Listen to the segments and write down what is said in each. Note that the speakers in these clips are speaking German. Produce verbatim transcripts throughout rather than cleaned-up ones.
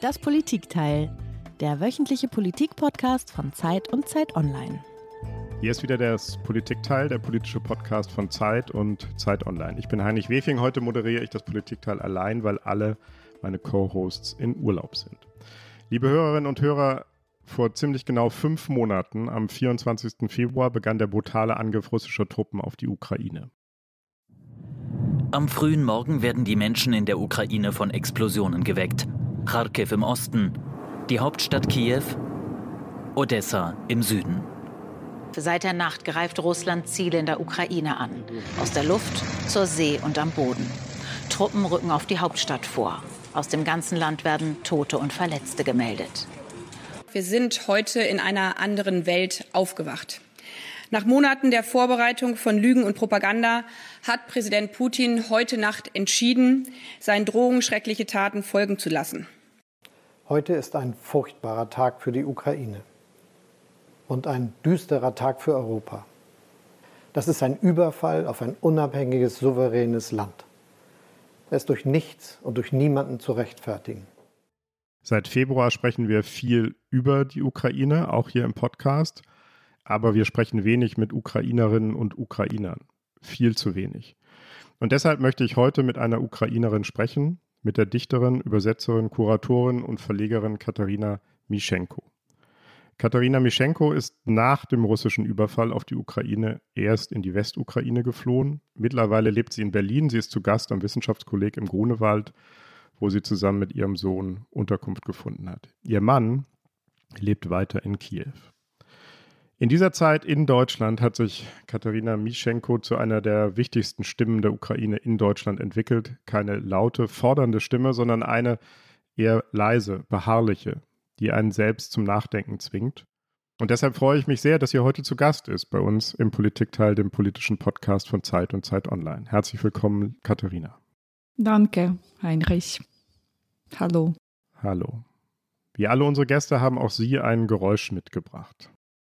Das Politikteil, der wöchentliche Politik-Podcast von Zeit und Zeit Online. Hier ist wieder das Politikteil, der politische Podcast von Zeit und Zeit Online. Ich bin Heinrich Wefing, heute moderiere ich das Politikteil allein, weil alle meine Co-Hosts in Urlaub sind. Liebe Hörerinnen und Hörer, vor ziemlich genau fünf Monaten, am vierundzwanzigsten Februar, begann der brutale Angriff russischer Truppen auf die Ukraine. Am frühen Morgen werden die Menschen in der Ukraine von Explosionen geweckt. Charkiw im Osten, die Hauptstadt Kiew, Odessa im Süden. Seit der Nacht greift Russland Ziele in der Ukraine an. Aus der Luft, zur See und am Boden. Truppen rücken auf die Hauptstadt vor. Aus dem ganzen Land werden Tote und Verletzte gemeldet. Wir sind heute in einer anderen Welt aufgewacht. Nach Monaten der Vorbereitung von Lügen und Propaganda hat Präsident Putin heute Nacht entschieden, seinen Drohungen schreckliche Taten folgen zu lassen. Heute ist ein furchtbarer Tag für die Ukraine und ein düsterer Tag für Europa. Das ist ein Überfall auf ein unabhängiges, souveränes Land. Er ist durch nichts und durch niemanden zu rechtfertigen. Seit Februar sprechen wir viel über die Ukraine, auch hier im Podcast. Aber wir sprechen wenig mit Ukrainerinnen und Ukrainern. Viel zu wenig. Und deshalb möchte ich heute mit einer Ukrainerin sprechen, mit der Dichterin, Übersetzerin, Kuratorin und Verlegerin Katarina Mischenko. Katarina Mischenko ist nach dem russischen Überfall auf die Ukraine erst in die Westukraine geflohen. Mittlerweile lebt sie in Berlin. Sie ist zu Gast am Wissenschaftskolleg im Grunewald, wo sie zusammen mit ihrem Sohn Unterkunft gefunden hat. Ihr Mann lebt weiter in Kiew. In dieser Zeit in Deutschland hat sich Katarina Mischenko zu einer der wichtigsten Stimmen der Ukraine in Deutschland entwickelt. Keine laute, fordernde Stimme, sondern eine eher leise, beharrliche, die einen selbst zum Nachdenken zwingt. Und deshalb freue ich mich sehr, dass ihr heute zu Gast ist bei uns im Politikteil, dem politischen Podcast von Zeit und Zeit Online. Herzlich willkommen, Katarina. Danke, Heinrich. Hallo. Hallo. Wie alle unsere Gäste haben auch Sie ein Geräusch mitgebracht.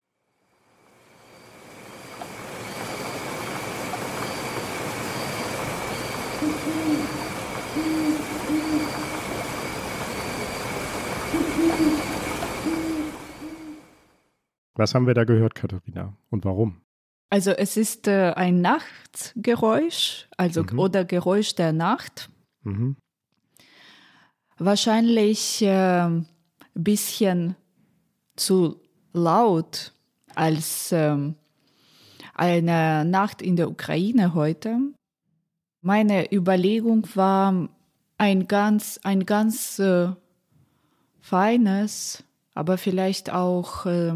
Was haben wir da gehört, Katharina, und warum? Also es ist äh, ein Nachtgeräusch, also mhm. oder Geräusch der Nacht. Mhm. Wahrscheinlich ein äh, bisschen zu laut als äh, eine Nacht in der Ukraine heute. Meine Überlegung war ein ganz, ein ganz äh, feines, aber vielleicht auch äh,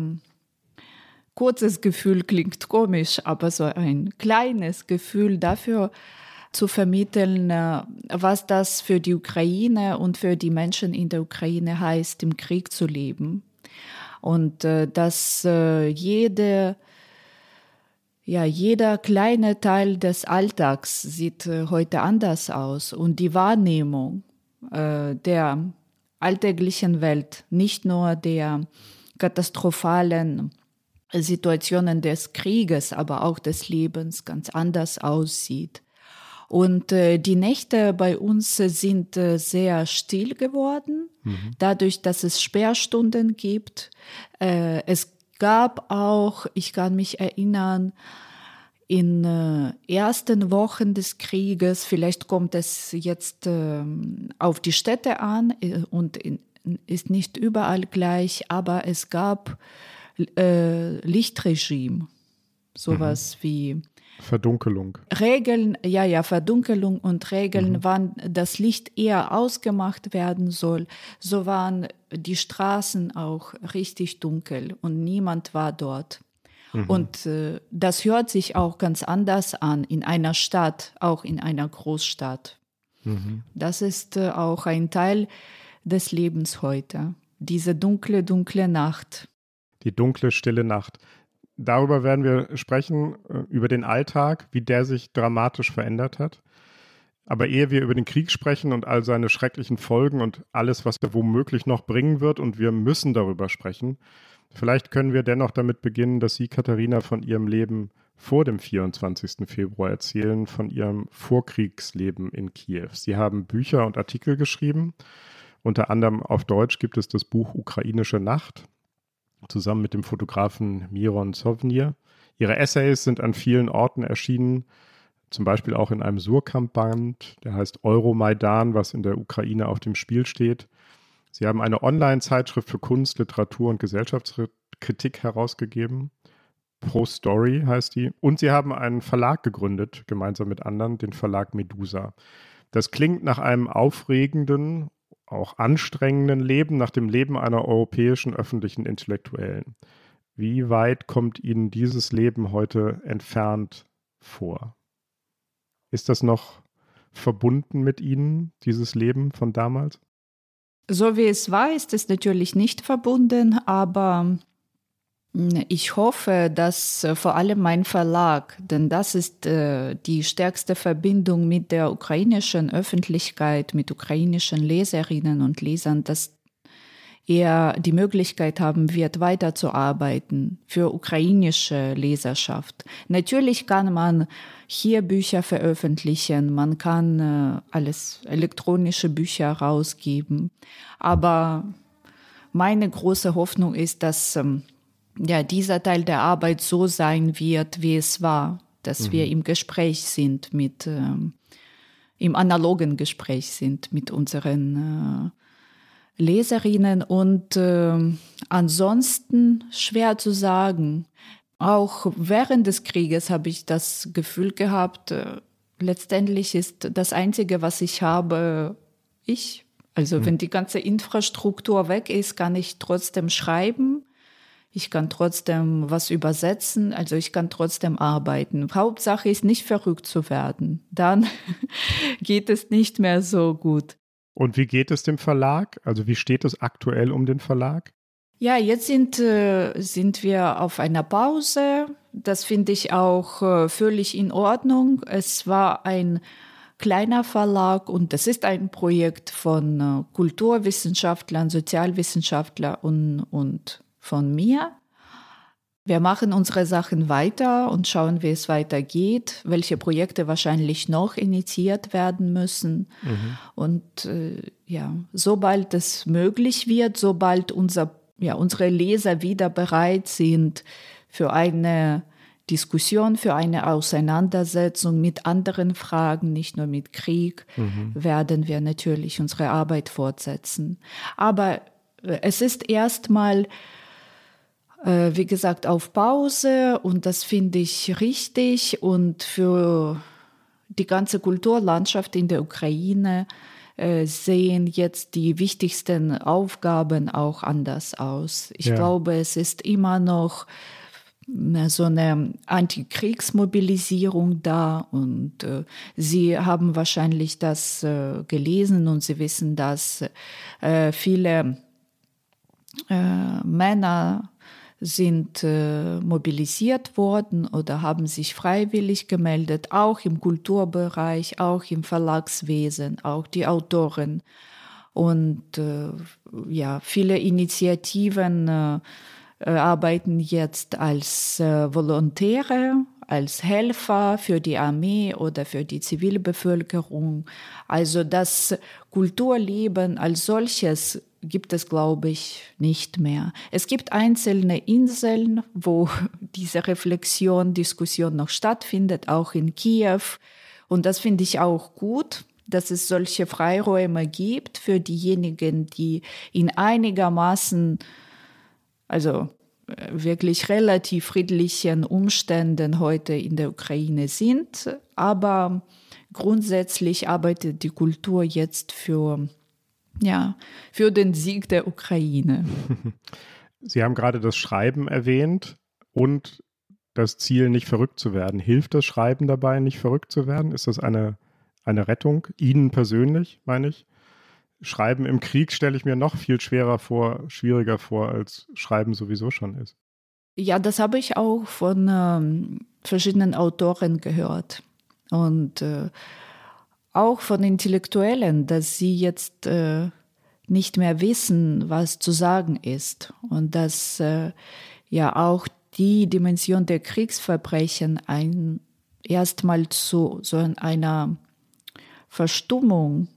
kurzes Gefühl, klingt komisch, aber so ein kleines Gefühl dafür zu vermitteln, äh, was das für die Ukraine und für die Menschen in der Ukraine heißt, im Krieg zu leben. Und äh, dass äh, jede Ja, jeder kleine Teil des Alltags sieht äh, heute anders aus und die Wahrnehmung äh, der alltäglichen Welt, nicht nur der katastrophalen Situationen des Krieges, aber auch des Lebens ganz anders aussieht. Und äh, die Nächte bei uns sind äh, sehr still geworden, mhm. dadurch, dass es Sperrstunden gibt. Äh, es gab auch, ich kann mich erinnern, in äh, ersten Wochen des Krieges, vielleicht kommt es jetzt äh, auf die Städte an äh, und in, ist nicht überall gleich, aber es gab äh, Lichtregime, sowas mhm. wie Verdunkelung. Regeln, ja, ja, Verdunkelung und Regeln, mhm. wann das Licht eher ausgemacht werden soll. So waren die Straßen auch richtig dunkel und niemand war dort. Mhm. Und äh, das hört sich auch ganz anders an in einer Stadt, auch in einer Großstadt. Mhm. Das ist äh, auch ein Teil des Lebens heute. Diese dunkle, dunkle Nacht. Die dunkle, stille Nacht. Darüber werden wir sprechen, über den Alltag, wie der sich dramatisch verändert hat. Aber ehe wir über den Krieg sprechen und all seine schrecklichen Folgen und alles, was er womöglich noch bringen wird, und wir müssen darüber sprechen, vielleicht können wir dennoch damit beginnen, dass Sie, Katarina, von Ihrem Leben vor dem vierundzwanzigsten Februar erzählen, von Ihrem Vorkriegsleben in Kiew. Sie haben Bücher und Artikel geschrieben Unter anderem auf Deutsch gibt es das Buch Ukrainische Nacht, zusammen mit dem Fotografen Miron Sovnir. Ihre Essays sind an vielen Orten erschienen, zum Beispiel auch in einem Surkamp-Band, der heißt Euromaidan, was in der Ukraine auf dem Spiel steht. Sie haben eine Online-Zeitschrift für Kunst, Literatur und Gesellschaftskritik herausgegeben. Pro Story heißt die. Und sie haben einen Verlag gegründet, gemeinsam mit anderen, den Verlag Medusa. Das klingt nach einem aufregenden, auch anstrengenden Leben, nach dem Leben einer europäischen öffentlichen Intellektuellen. Wie weit kommt Ihnen dieses Leben heute entfernt vor? Ist das noch verbunden mit Ihnen, dieses Leben von damals? So wie es war, ist es natürlich nicht verbunden, aber ich hoffe, dass vor allem mein Verlag, denn das ist äh, die stärkste Verbindung mit der ukrainischen Öffentlichkeit, mit ukrainischen Leserinnen und Lesern, dass er die Möglichkeit haben wird, weiterzuarbeiten für ukrainische Leserschaft. Natürlich kann man hier Bücher veröffentlichen, man kann äh, alles elektronische Bücher rausgeben, aber meine große Hoffnung ist, dass ähm, ja, dieser Teil der Arbeit so sein wird, wie es war, dass mhm. wir im Gespräch sind mit, ähm, im analogen Gespräch sind mit unseren äh, Leserinnen und äh, ansonsten schwer zu sagen. Auch während des Krieges habe ich das Gefühl gehabt, äh, letztendlich ist das Einzige, was ich habe, ich. Also mhm. wenn die ganze Infrastruktur weg ist, kann ich trotzdem schreiben. Ich kann trotzdem was übersetzen, also ich kann trotzdem arbeiten. Hauptsache ist, nicht verrückt zu werden. Dann geht es nicht mehr so gut. Und wie geht es dem Verlag? Also wie steht es aktuell um den Verlag? Ja, jetzt sind, äh, sind wir auf einer Pause. Das finde ich auch äh, völlig in Ordnung. Es war ein kleiner Verlag und das ist ein Projekt von äh, Kulturwissenschaftlern, Sozialwissenschaftlern und, und von mir. Wir machen unsere Sachen weiter und schauen, wie es weitergeht, welche Projekte wahrscheinlich noch initiiert werden müssen. Mhm. Und äh, ja, sobald es möglich wird, sobald unser, ja, unsere Leser wieder bereit sind für eine Diskussion, für eine Auseinandersetzung mit anderen Fragen, nicht nur mit Krieg, mhm. werden wir natürlich unsere Arbeit fortsetzen. Aber äh, es ist erstmal wie gesagt, auf Pause und das finde ich richtig und für die ganze Kulturlandschaft in der Ukraine äh, sehen jetzt die wichtigsten Aufgaben auch anders aus. Ich ja. glaube, es ist immer noch so eine Antikriegsmobilisierung da und äh, Sie haben wahrscheinlich das äh, gelesen und Sie wissen, dass äh, viele äh, Männer sind äh, mobilisiert worden oder haben sich freiwillig gemeldet, auch im Kulturbereich, auch im Verlagswesen, auch die Autoren. Und äh, ja, viele Initiativen äh, arbeiten jetzt als äh, Volontäre, als Helfer für die Armee oder für die Zivilbevölkerung. Also das Kulturleben als solches gibt es, glaube ich, nicht mehr. Es gibt einzelne Inseln, wo diese Reflexion, Diskussion noch stattfindet, auch in Kiew. Und das finde ich auch gut, dass es solche Freiräume gibt für diejenigen, die in einigermaßen, also wirklich relativ friedlichen Umständen heute in der Ukraine sind. Aber grundsätzlich arbeitet die Kultur jetzt für Ja, für den Sieg der Ukraine. Sie haben gerade das Schreiben erwähnt und das Ziel, nicht verrückt zu werden. Hilft das Schreiben dabei, nicht verrückt zu werden? Ist das eine, eine Rettung? Ihnen persönlich, meine ich? Schreiben im Krieg stelle ich mir noch viel schwerer vor, schwieriger vor, als Schreiben sowieso schon ist. Ja, das habe ich auch von ähm, verschiedenen Autoren gehört. Und äh, auch von Intellektuellen, dass sie jetzt äh, nicht mehr wissen, was zu sagen ist. Und dass äh, ja auch die Dimension der Kriegsverbrechen ein, erstmal zu so einer Verstummung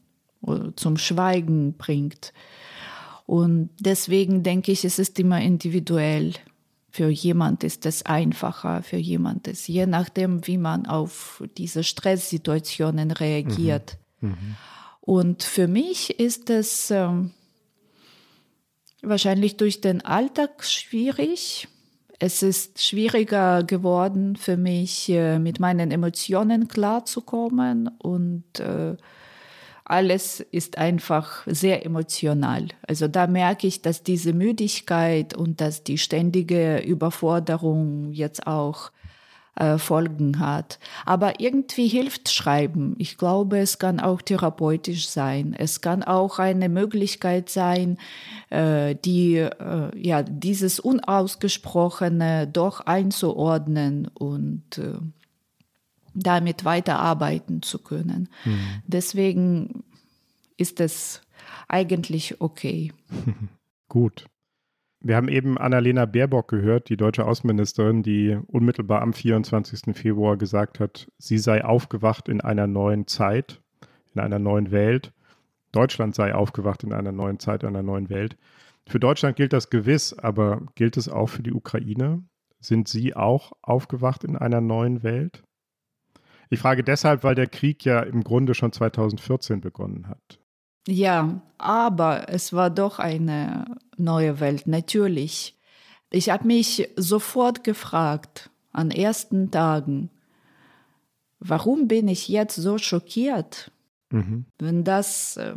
zum Schweigen bringt. Und deswegen denke ich, es ist immer individuell. Für jemand ist es einfacher, für jemand ist, je nachdem, wie man auf diese Stresssituationen reagiert. Mhm. Mhm. Und für mich ist es ähm, wahrscheinlich durch den Alltag schwierig. Es ist schwieriger geworden für mich, äh, mit meinen Emotionen klarzukommen und äh, alles ist einfach sehr emotional. Also da merke ich, dass diese Müdigkeit und dass die ständige Überforderung jetzt auch äh, Folgen hat. Aber irgendwie hilft Schreiben. Ich glaube, es kann auch therapeutisch sein. Es kann auch eine Möglichkeit sein, äh, die, äh, ja, dieses Unausgesprochene doch einzuordnen und äh, damit weiterarbeiten zu können. Mhm. Deswegen ist es eigentlich okay. Gut. Wir haben eben Annalena Baerbock gehört, die deutsche Außenministerin, die unmittelbar am vierundzwanzigsten Februar gesagt hat, sie sei aufgewacht in einer neuen Zeit, in einer neuen Welt. Deutschland sei aufgewacht in einer neuen Zeit, in einer neuen Welt. Für Deutschland gilt das gewiss, aber gilt es auch für die Ukraine? Sind Sie auch aufgewacht in einer neuen Welt? Ich frage deshalb, weil der Krieg ja im Grunde schon zweitausendvierzehn begonnen hat. Ja, aber es war doch eine neue Welt, natürlich. Ich habe mich sofort gefragt, an ersten Tagen, warum bin ich jetzt so schockiert, mhm. wenn das äh,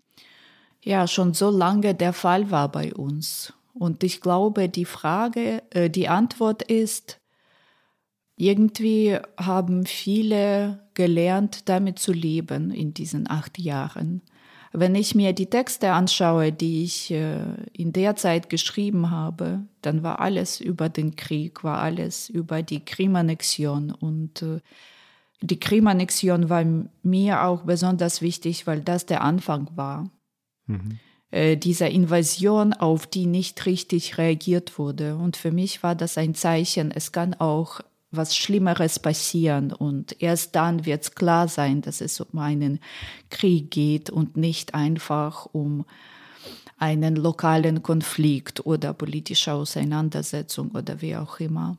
ja schon so lange der Fall war bei uns. Und ich glaube, die Frage, äh, die Antwort ist, irgendwie haben viele gelernt, damit zu leben in diesen acht Jahren. Wenn ich mir die Texte anschaue, die ich äh, in der Zeit geschrieben habe, dann war alles über den Krieg, war alles über die Krim-Annexion. Und äh, die Krim-Annexion war mir auch besonders wichtig, weil das der Anfang war. Mhm. Äh, dieser Invasion, auf die nicht richtig reagiert wurde. Und für mich war das ein Zeichen, es kann auch was Schlimmeres passieren und erst dann wird es klar sein, dass es um einen Krieg geht und nicht einfach um einen lokalen Konflikt oder politische Auseinandersetzung oder wie auch immer.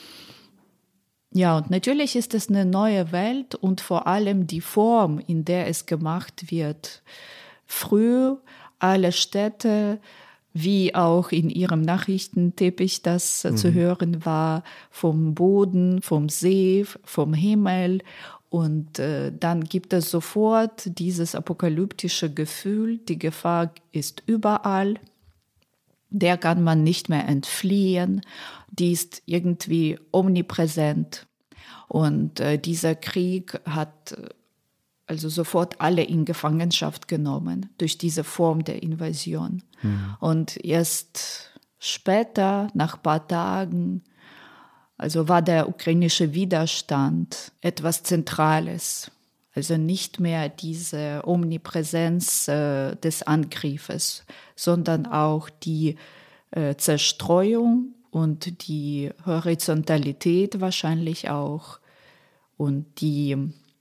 Ja, und natürlich ist es eine neue Welt und vor allem die Form, in der es gemacht wird. Früh alle Städte, wie auch in ihrem Nachrichtenteppich das mhm. zu hören war, vom Boden, vom See, vom Himmel. Und äh, dann gibt es sofort dieses apokalyptische Gefühl, die Gefahr ist überall, der kann man nicht mehr entfliehen, die ist irgendwie omnipräsent. Und äh, dieser Krieg hat also sofort alle in Gefangenschaft genommen durch diese Form der Invasion. Mhm. Und erst später, nach ein paar Tagen, also war der ukrainische Widerstand etwas Zentrales. Also nicht mehr diese Omnipräsenz äh, des Angriffes, sondern auch die äh, Zerstreuung und die Horizontalität wahrscheinlich auch und die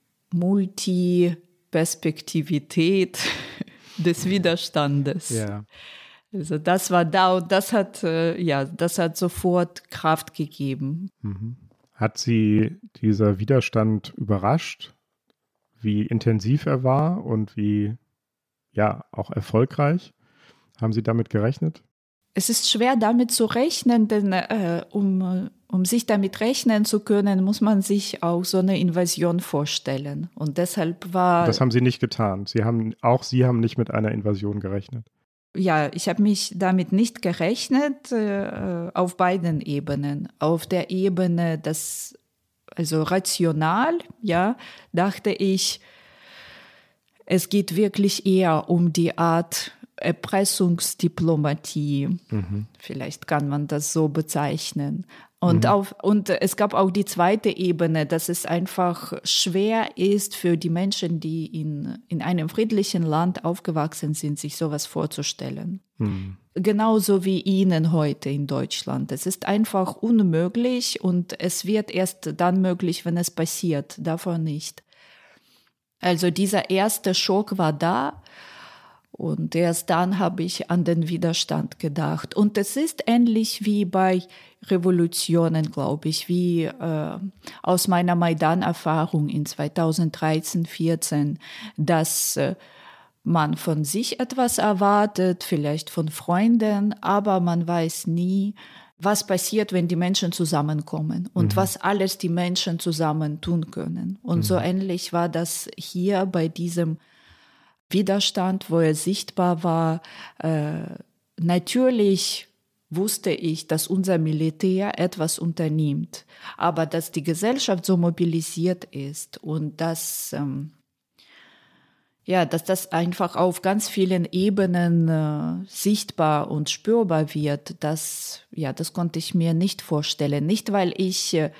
Multiperspektivität des Widerstandes. Ja. Also das war da und das hat, äh, ja, das hat sofort Kraft gegeben. Mhm. Hat Sie dieser Widerstand überrascht, wie intensiv er war und wie, ja, auch erfolgreich? Haben Sie damit gerechnet? Es ist schwer, damit zu rechnen, denn äh, um, um sich damit rechnen zu können, muss man sich auch so eine Invasion vorstellen. Und deshalb war... Das haben Sie nicht getan. Sie haben, auch Sie haben nicht mit einer Invasion gerechnet. Ja, ich habe mich damit nicht gerechnet, äh, auf beiden Ebenen. Auf der Ebene, das, also rational, ja, dachte ich, es geht wirklich eher um die Art Erpressungsdiplomatie. Mhm. Vielleicht kann man das so bezeichnen. Und, mhm. auf, und es gab auch die zweite Ebene, dass es einfach schwer ist für die Menschen, die in, in einem friedlichen Land aufgewachsen sind, sich sowas vorzustellen. Mhm. Genauso wie Ihnen heute in Deutschland. Es ist einfach unmöglich und es wird erst dann möglich, wenn es passiert, davor nicht. Also dieser erste Schock war da. Und erst dann habe ich an den Widerstand gedacht. Und es ist ähnlich wie bei Revolutionen, glaube ich, wie äh, aus meiner Maidan-Erfahrung in zweitausenddreizehn, vierzehn, dass äh, man von sich etwas erwartet, vielleicht von Freunden, aber man weiß nie, was passiert, wenn die Menschen zusammenkommen und mhm. was alles die Menschen zusammen tun können. Und mhm. so ähnlich war das hier bei diesem Widerstand, wo er sichtbar war. Äh, natürlich wusste ich, dass unser Militär etwas unternimmt, aber dass die Gesellschaft so mobilisiert ist und dass, ähm, ja, dass das einfach auf ganz vielen Ebenen äh, sichtbar und spürbar wird, das, ja, das konnte ich mir nicht vorstellen. Nicht, weil ich äh,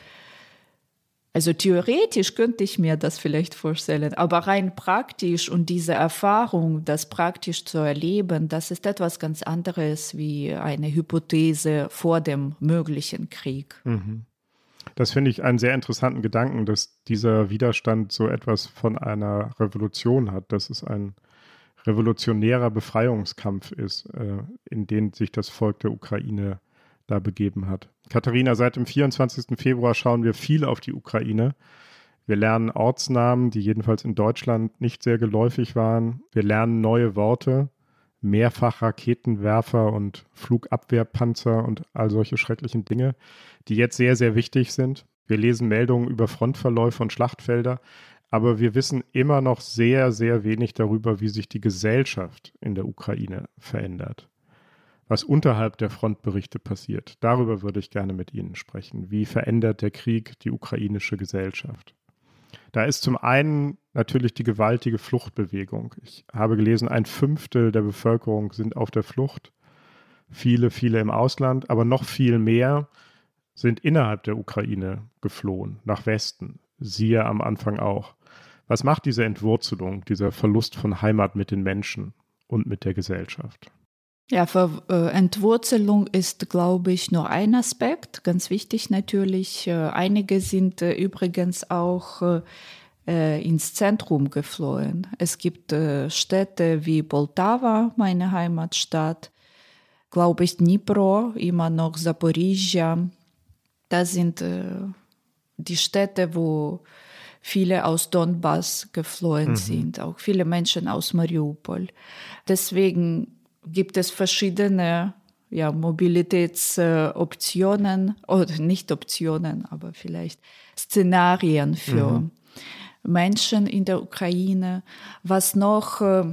Also theoretisch könnte ich mir das vielleicht vorstellen, aber rein praktisch und diese Erfahrung, das praktisch zu erleben, das ist etwas ganz anderes wie eine Hypothese vor dem möglichen Krieg. Mhm. Das finde ich einen sehr interessanten Gedanken, dass dieser Widerstand so etwas von einer Revolution hat, dass es ein revolutionärer Befreiungskampf ist, äh, in den sich das Volk der Ukraine da begeben hat. Katharina, seit dem vierundzwanzigsten Februar schauen wir viel auf die Ukraine. Wir lernen Ortsnamen, die jedenfalls in Deutschland nicht sehr geläufig waren. Wir lernen neue Worte, Mehrfachraketenwerfer und Flugabwehrpanzer und all solche schrecklichen Dinge, die jetzt sehr, sehr wichtig sind. Wir lesen Meldungen über Frontverläufe und Schlachtfelder, aber wir wissen immer noch sehr, sehr wenig darüber, wie sich die Gesellschaft in der Ukraine verändert. Was unterhalb der Frontberichte passiert. Darüber würde ich gerne mit Ihnen sprechen. Wie verändert der Krieg die ukrainische Gesellschaft? Da ist zum einen natürlich die gewaltige Fluchtbewegung. Ich habe gelesen, ein Fünftel der Bevölkerung sind auf der Flucht. Viele, viele im Ausland, aber noch viel mehr sind innerhalb der Ukraine geflohen, nach Westen. Siehe am Anfang auch. Was macht diese Entwurzelung, dieser Verlust von Heimat mit den Menschen und mit der Gesellschaft? Ja, für äh, Entwurzelung ist, glaube ich, nur ein Aspekt, ganz wichtig natürlich. Äh, einige sind äh, übrigens auch äh, ins Zentrum geflohen. Es gibt äh, Städte wie Poltawa, meine Heimatstadt, glaube ich, Dnipro, immer noch Zaporizhia. Das sind äh, die Städte, wo viele aus Donbass geflohen mhm. sind, auch viele Menschen aus Mariupol. Deswegen gibt es verschiedene ja, Mobilitätsoptionen, äh, oder nicht Optionen, aber vielleicht Szenarien für mhm. Menschen in der Ukraine. Was noch äh,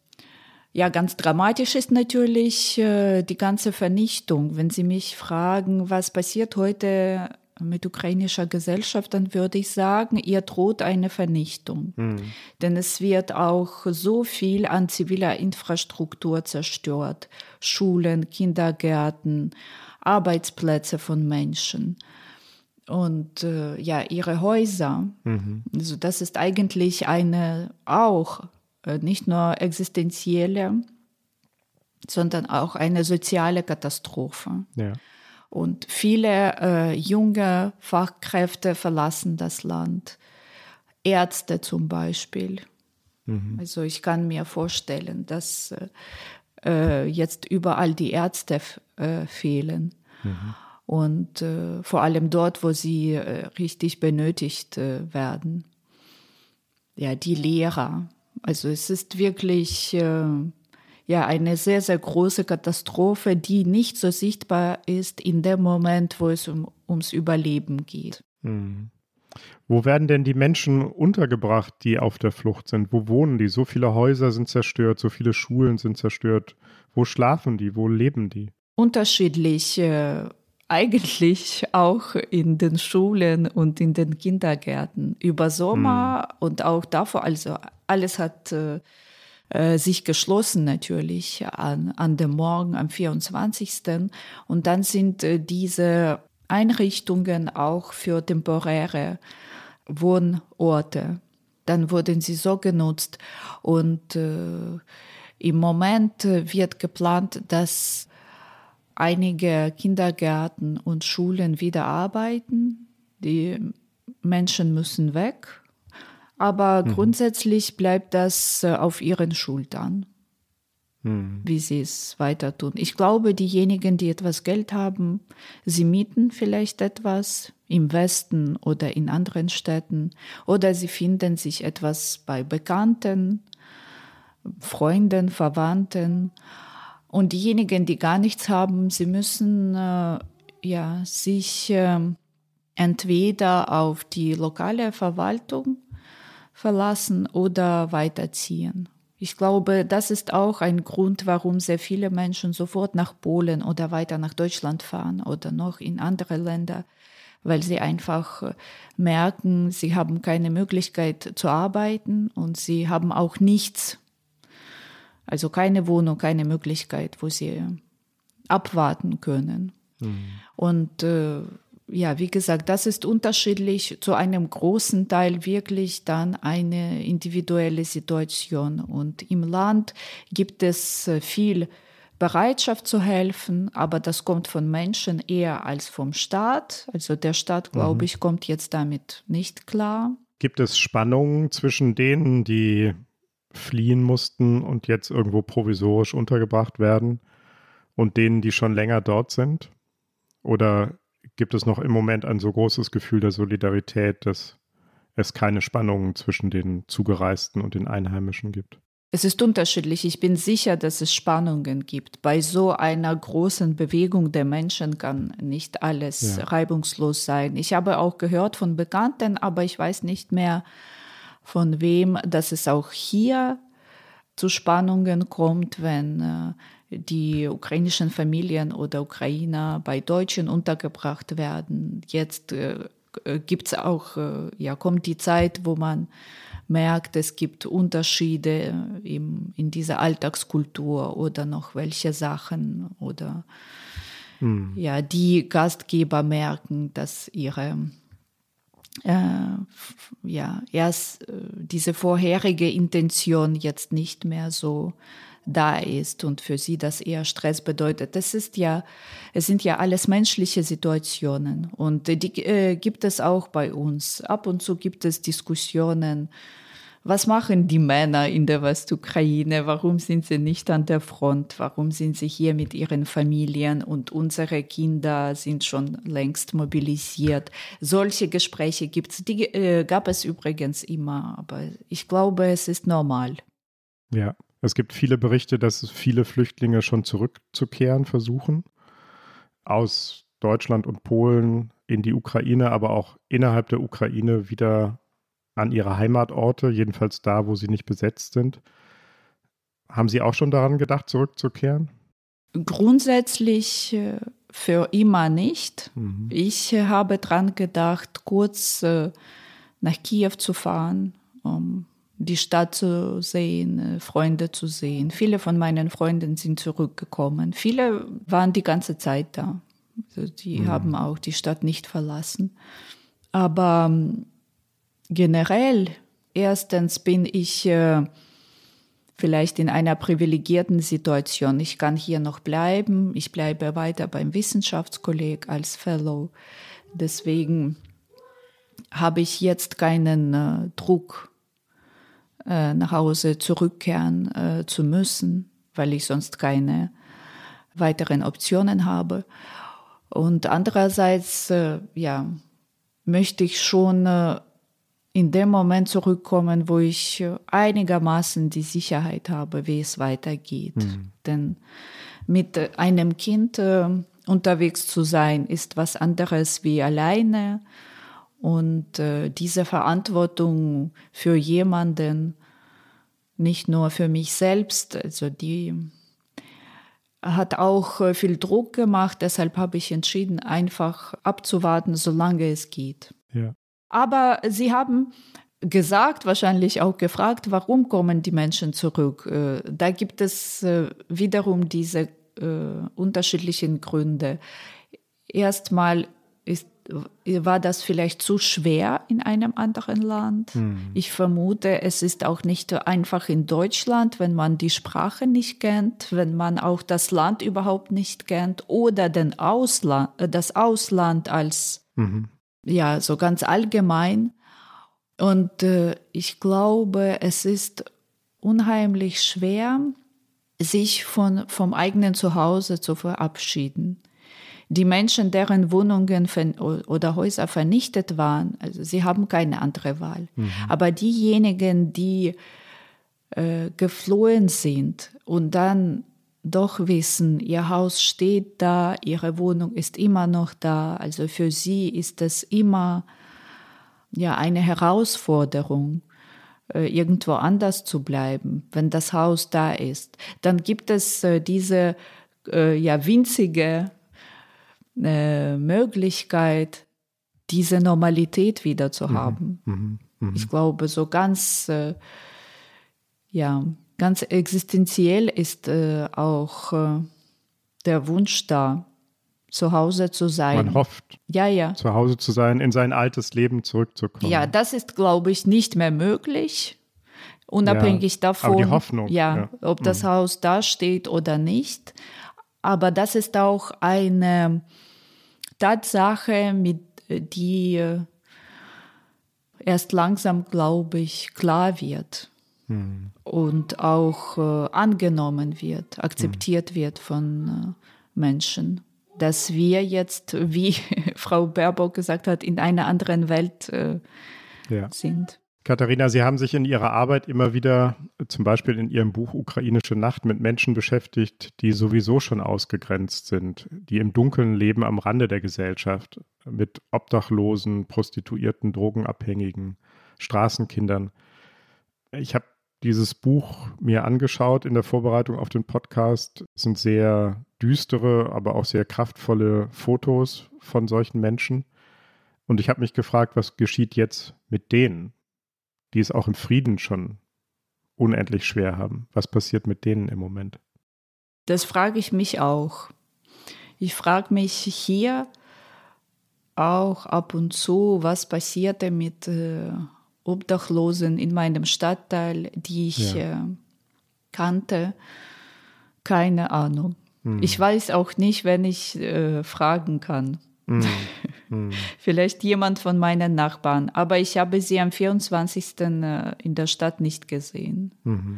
ja, ganz dramatisch ist natürlich äh, die ganze Vernichtung. Wenn Sie mich fragen, was passiert heute mit ukrainischer Gesellschaft, dann würde ich sagen, ihr droht eine Vernichtung. Mhm. Denn es wird auch so viel an ziviler Infrastruktur zerstört. Schulen, Kindergärten, Arbeitsplätze von Menschen. Und äh, ja, ihre Häuser. Mhm. Also das ist eigentlich eine auch äh, nicht nur existenzielle, sondern auch eine soziale Katastrophe. Ja. Und viele äh, junge Fachkräfte verlassen das Land. Ärzte zum Beispiel. Mhm. Also ich kann mir vorstellen, dass äh, jetzt überall die Ärzte f- äh, fehlen. Mhm. Und äh, vor allem dort, wo sie äh, richtig benötigt äh, werden. Ja, die Lehrer. Also es ist wirklich äh, ja, eine sehr, sehr große Katastrophe, die nicht so sichtbar ist in dem Moment, wo es um, ums Überleben geht. Hm. Wo werden denn die Menschen untergebracht, die auf der Flucht sind? Wo wohnen die? So viele Häuser sind zerstört, so viele Schulen sind zerstört. Wo schlafen die? Wo leben die? Unterschiedlich. Äh, eigentlich auch in den Schulen und in den Kindergärten. Über Sommer hm. und auch davor, also alles hat äh, sich geschlossen natürlich an, an dem Morgen, am vierundzwanzigsten Und dann sind äh, diese Einrichtungen auch für temporäre Wohnorte. Dann wurden sie so genutzt. Und äh, im Moment wird geplant, dass einige Kindergärten und Schulen wieder arbeiten. Die Menschen müssen weg. Aber mhm. grundsätzlich bleibt das auf ihren Schultern. hm. wie sie es weiter tun. Ich glaube, diejenigen, die etwas Geld haben, sie mieten vielleicht etwas im Westen oder in anderen Städten oder sie finden sich etwas bei Bekannten, Freunden, Verwandten. Und diejenigen, die gar nichts haben, sie müssen äh, ja, sich äh, entweder auf die lokale Verwaltung verlassen oder weiterziehen. Ich glaube, das ist auch ein Grund, warum sehr viele Menschen sofort nach Polen oder weiter nach Deutschland fahren oder noch in andere Länder, weil sie einfach merken, sie haben keine Möglichkeit zu arbeiten und sie haben auch nichts, also keine Wohnung, keine Möglichkeit, wo sie abwarten können. Mhm. Und äh, ja, wie gesagt, das ist unterschiedlich, zu einem großen Teil wirklich dann eine individuelle Situation. Und im Land gibt es viel Bereitschaft zu helfen, aber das kommt von Menschen eher als vom Staat. Also der Staat, glaube mhm. ich, kommt jetzt damit nicht klar. Gibt es Spannungen zwischen denen, die fliehen mussten und jetzt irgendwo provisorisch untergebracht werden und denen, die schon länger dort sind? Oder gibt es noch im Moment ein so großes Gefühl der Solidarität, dass es keine Spannungen zwischen den Zugereisten und den Einheimischen gibt? Es ist unterschiedlich. Ich bin sicher, dass es Spannungen gibt. Bei so einer großen Bewegung der Menschen kann nicht alles ja. reibungslos sein. Ich habe auch gehört von Bekannten, aber ich weiß nicht mehr von wem, dass es auch hier zu Spannungen kommt, wenn äh, die ukrainischen Familien oder Ukrainer bei Deutschen untergebracht werden. Jetzt äh, gibt's auch, äh, ja, kommt die Zeit, wo man merkt, es gibt Unterschiede im, in dieser Alltagskultur oder noch welche Sachen oder hm. ja, die Gastgeber merken, dass ihre äh, ja, erst äh, diese vorherige Intention jetzt nicht mehr so da ist und für sie das eher Stress bedeutet. Das ist ja, es sind ja alles menschliche Situationen und die äh, gibt es auch bei uns. Ab und zu gibt es Diskussionen. Was machen die Männer in der Westukraine? Warum sind sie nicht an der Front? Warum sind sie hier mit ihren Familien und unsere Kinder sind schon längst mobilisiert? Solche Gespräche gibt's. Die äh, gab es übrigens immer, aber ich glaube, es ist normal. Ja. Es gibt viele Berichte, dass viele Flüchtlinge schon zurückzukehren versuchen, aus Deutschland und Polen in die Ukraine, aber auch innerhalb der Ukraine wieder an ihre Heimatorte, jedenfalls da, wo sie nicht besetzt sind. Haben Sie auch schon daran gedacht, zurückzukehren? Grundsätzlich für immer nicht. Mhm. Ich habe daran gedacht, kurz nach Kiew zu fahren, um die Stadt zu sehen, Freunde zu sehen. Viele von meinen Freunden sind zurückgekommen. Viele waren die ganze Zeit da. Also die mhm. haben auch die Stadt nicht verlassen. Aber generell, erstens bin ich äh, vielleicht in einer privilegierten Situation. Ich kann hier noch bleiben. Ich bleibe weiter beim Wissenschaftskolleg als Fellow. Deswegen habe ich jetzt keinen äh, Druck, nach Hause zurückkehren äh, zu müssen, weil ich sonst keine weiteren Optionen habe. Und andererseits, äh, ja, möchte ich schon äh, in dem Moment zurückkommen, wo ich äh, einigermaßen die Sicherheit habe, wie es weitergeht. Mhm. Denn mit äh, einem Kind äh, unterwegs zu sein, ist was anderes wie alleine. Und äh, diese Verantwortung für jemanden, nicht nur für mich selbst, also die hat auch äh, viel Druck gemacht. Deshalb habe ich entschieden, einfach abzuwarten, solange es geht. Ja. Aber Sie haben gesagt, wahrscheinlich auch gefragt, warum kommen die Menschen zurück? Äh, da gibt es äh, wiederum diese äh, unterschiedlichen Gründe. Erstmal ist war das vielleicht zu schwer in einem anderen Land? Hm. Ich vermute, es ist auch nicht einfach in Deutschland, wenn man die Sprache nicht kennt, wenn man auch das Land überhaupt nicht kennt oder den Ausland, das Ausland als, mhm. ja, so ganz allgemein. Und äh, ich glaube, es ist unheimlich schwer, sich von, vom eigenen Zuhause zu verabschieden. Die Menschen, deren Wohnungen oder Häuser vernichtet waren, also sie haben keine andere Wahl. Mhm. Aber diejenigen, die äh, geflohen sind und dann doch wissen, ihr Haus steht da, ihre Wohnung ist immer noch da, also für sie ist es immer ja, eine Herausforderung, äh, irgendwo anders zu bleiben, wenn das Haus da ist. Dann gibt es äh, diese äh, ja, winzige äh, Möglichkeit, diese Normalität wieder zu haben. Mhm, mh, ich glaube, so ganz, äh, ja, ganz existenziell ist äh, auch äh, der Wunsch da, zu Hause zu sein. Man hofft, ja, ja. zu Hause zu sein, in sein altes Leben zurückzukommen. Ja, das ist, glaube ich, nicht mehr möglich, unabhängig ja, davon, aber die Hoffnung, ja, ja. ob das mhm. Haus da steht oder nicht. Aber das ist auch eine Tatsache, mit die erst langsam, glaube ich, klar wird mhm. und auch äh, angenommen wird, akzeptiert mhm. wird von äh, Menschen. Dass wir jetzt, wie Frau Baerbock gesagt hat, in einer anderen Welt äh, ja. sind. Katharina, Sie haben sich in Ihrer Arbeit immer wieder, zum Beispiel in Ihrem Buch Ukrainische Nacht, mit Menschen beschäftigt, die sowieso schon ausgegrenzt sind, die im Dunkeln leben am Rande der Gesellschaft, mit Obdachlosen, Prostituierten, Drogenabhängigen, Straßenkindern. Ich habe dieses Buch mir angeschaut in der Vorbereitung auf den Podcast. Es sind sehr düstere, aber auch sehr kraftvolle Fotos von solchen Menschen. Und ich habe mich gefragt, was geschieht jetzt mit denen, die es auch im Frieden schon unendlich schwer haben? Was passiert mit denen im Moment? Das frage ich mich auch. Ich frage mich hier auch ab und zu, was passierte mit äh, Obdachlosen in meinem Stadtteil, die ich ja. äh, kannte. Keine Ahnung. Hm. Ich weiß auch nicht, wenn ich äh, fragen kann. Hm. Hm. Vielleicht jemand von meinen Nachbarn. Aber ich habe sie am vierundzwanzigsten in der Stadt nicht gesehen. Mhm.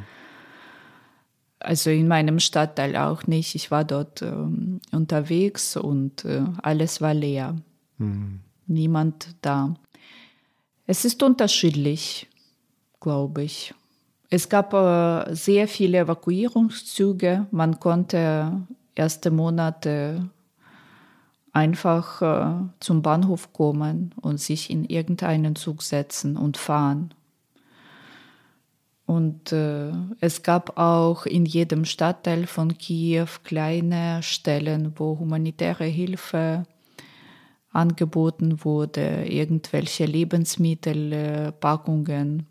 Also in meinem Stadtteil auch nicht. Ich war dort ähm, unterwegs und äh, alles war leer. Mhm. Niemand da. Es ist unterschiedlich, glaube ich. Es gab äh, sehr viele Evakuierungszüge. Man konnte erste Monate einfach äh, zum Bahnhof kommen und sich in irgendeinen Zug setzen und fahren. Und äh, es gab auch in jedem Stadtteil von Kiew kleine Stellen, wo humanitäre Hilfe angeboten wurde, irgendwelche Lebensmittelpackungen.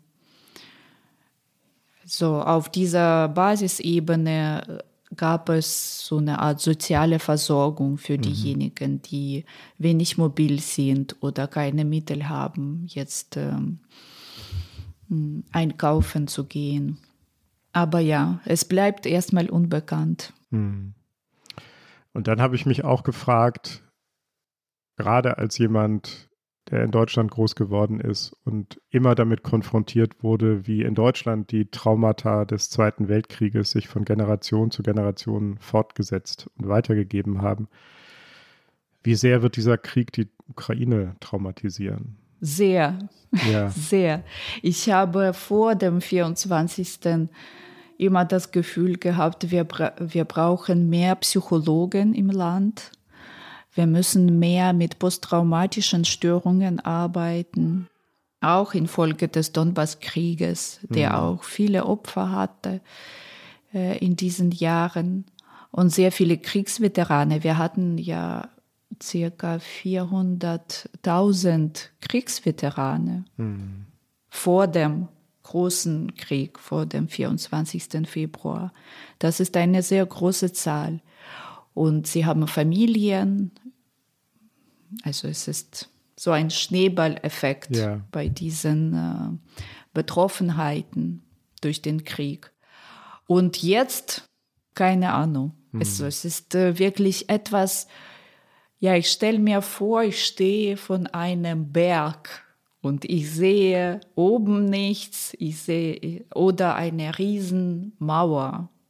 So auf dieser Basisebene gab es so eine Art soziale Versorgung für mhm. diejenigen, die wenig mobil sind oder keine Mittel haben, jetzt ähm, einkaufen zu gehen. Aber ja, es bleibt erstmal unbekannt. Mhm. Und dann habe ich mich auch gefragt, gerade als jemand, der in Deutschland groß geworden ist und immer damit konfrontiert wurde, wie in Deutschland die Traumata des Zweiten Weltkrieges sich von Generation zu Generation fortgesetzt und weitergegeben haben. Wie sehr wird dieser Krieg die Ukraine traumatisieren? Sehr, ja. sehr. Ich habe vor dem vierundzwanzigsten immer das Gefühl gehabt, wir, bra- wir brauchen mehr Psychologen im Land. Wir müssen mehr mit posttraumatischen Störungen arbeiten, auch infolge des Donbass-Krieges, der mhm. auch viele Opfer hatte äh, in diesen Jahren und sehr viele Kriegsveterane. Wir hatten ja circa vierhunderttausend Kriegsveterane mhm. vor dem großen Krieg, vor dem vierundzwanzigsten Februar. Das ist eine sehr große Zahl. Und sie haben Familien. Also es ist so ein Schneeballeffekt ja. bei diesen äh, Betroffenheiten durch den Krieg. Und jetzt, keine Ahnung, hm. es, es ist äh, wirklich etwas, ja, ich stelle mir vor, ich stehe von einem Berg und ich sehe oben nichts, ich sehe oder eine Riesenmauer.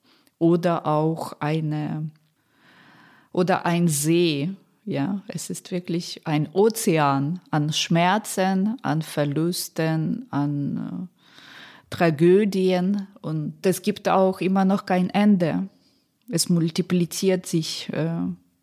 oder auch eine oder ein See. Ja, es ist wirklich ein Ozean an Schmerzen, an Verlusten, an äh, Tragödien. Und es gibt auch immer noch kein Ende. Es multipliziert sich äh,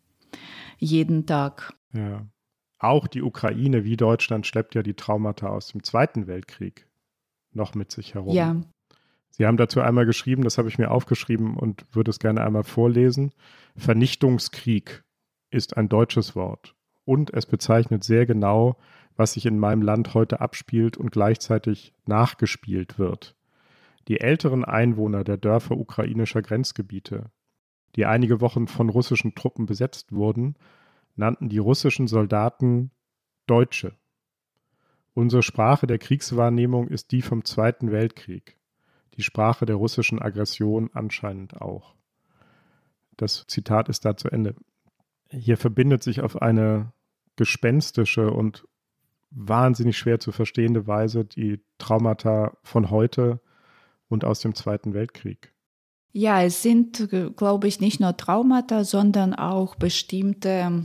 jeden Tag. Ja. Auch die Ukraine wie Deutschland schleppt ja die Traumata aus dem Zweiten Weltkrieg noch mit sich herum. Ja. Sie haben dazu einmal geschrieben, das habe ich mir aufgeschrieben und würde es gerne einmal vorlesen. Vernichtungskrieg ist ein deutsches Wort und es bezeichnet sehr genau, was sich in meinem Land heute abspielt und gleichzeitig nachgespielt wird. Die älteren Einwohner der Dörfer ukrainischer Grenzgebiete, die einige Wochen von russischen Truppen besetzt wurden, nannten die russischen Soldaten Deutsche. Unsere Sprache der Kriegswahrnehmung ist die vom Zweiten Weltkrieg, die Sprache der russischen Aggression anscheinend auch. Das Zitat ist da zu Ende. Hier verbindet sich auf eine gespenstische und wahnsinnig schwer zu verstehende Weise die Traumata von heute und aus dem Zweiten Weltkrieg. Ja, es sind, glaube ich, nicht nur Traumata, sondern auch bestimmte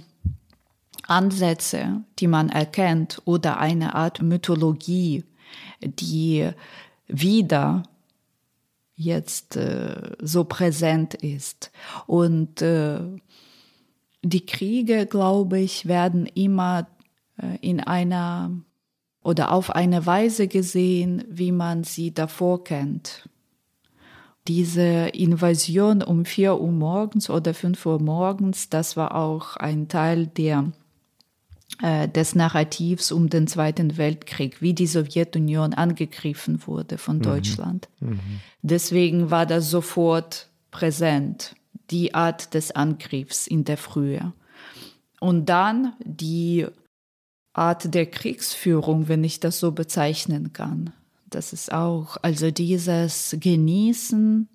Ansätze, die man erkennt, oder eine Art Mythologie, die wieder jetzt äh, so präsent ist. Und äh, die Kriege, glaube ich, werden immer äh, in einer oder auf eine Weise gesehen, wie man sie davor kennt. Diese Invasion um vier Uhr morgens oder fünf Uhr morgens, das war auch ein Teil der, äh, des Narrativs um den Zweiten Weltkrieg, wie die Sowjetunion angegriffen wurde von Deutschland. Mhm. Deswegen war das sofort präsent, die Art des Angriffs in der Frühe. Und dann die Art der Kriegsführung, wenn ich das so bezeichnen kann. Das ist auch, also dieses Genießen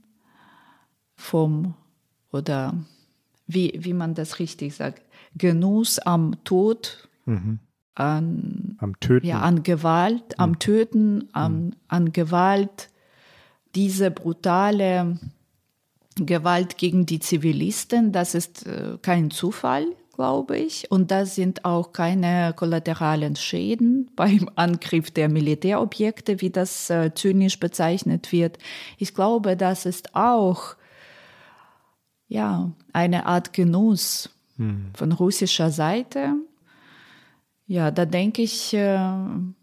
vom, oder wie, wie man das richtig sagt, Genuss am Tod, mhm. an, am Töten, ja, an Gewalt, mhm. am Töten, am, mhm. an Gewalt, diese brutale Gewalt gegen die Zivilisten, das ist äh, kein Zufall, glaube ich. Und das sind auch keine kollateralen Schäden beim Angriff der Militärobjekte, wie das äh, zynisch bezeichnet wird. Ich glaube, das ist auch ja, eine Art Genuss hm. von russischer Seite. Ja, da denke ich äh,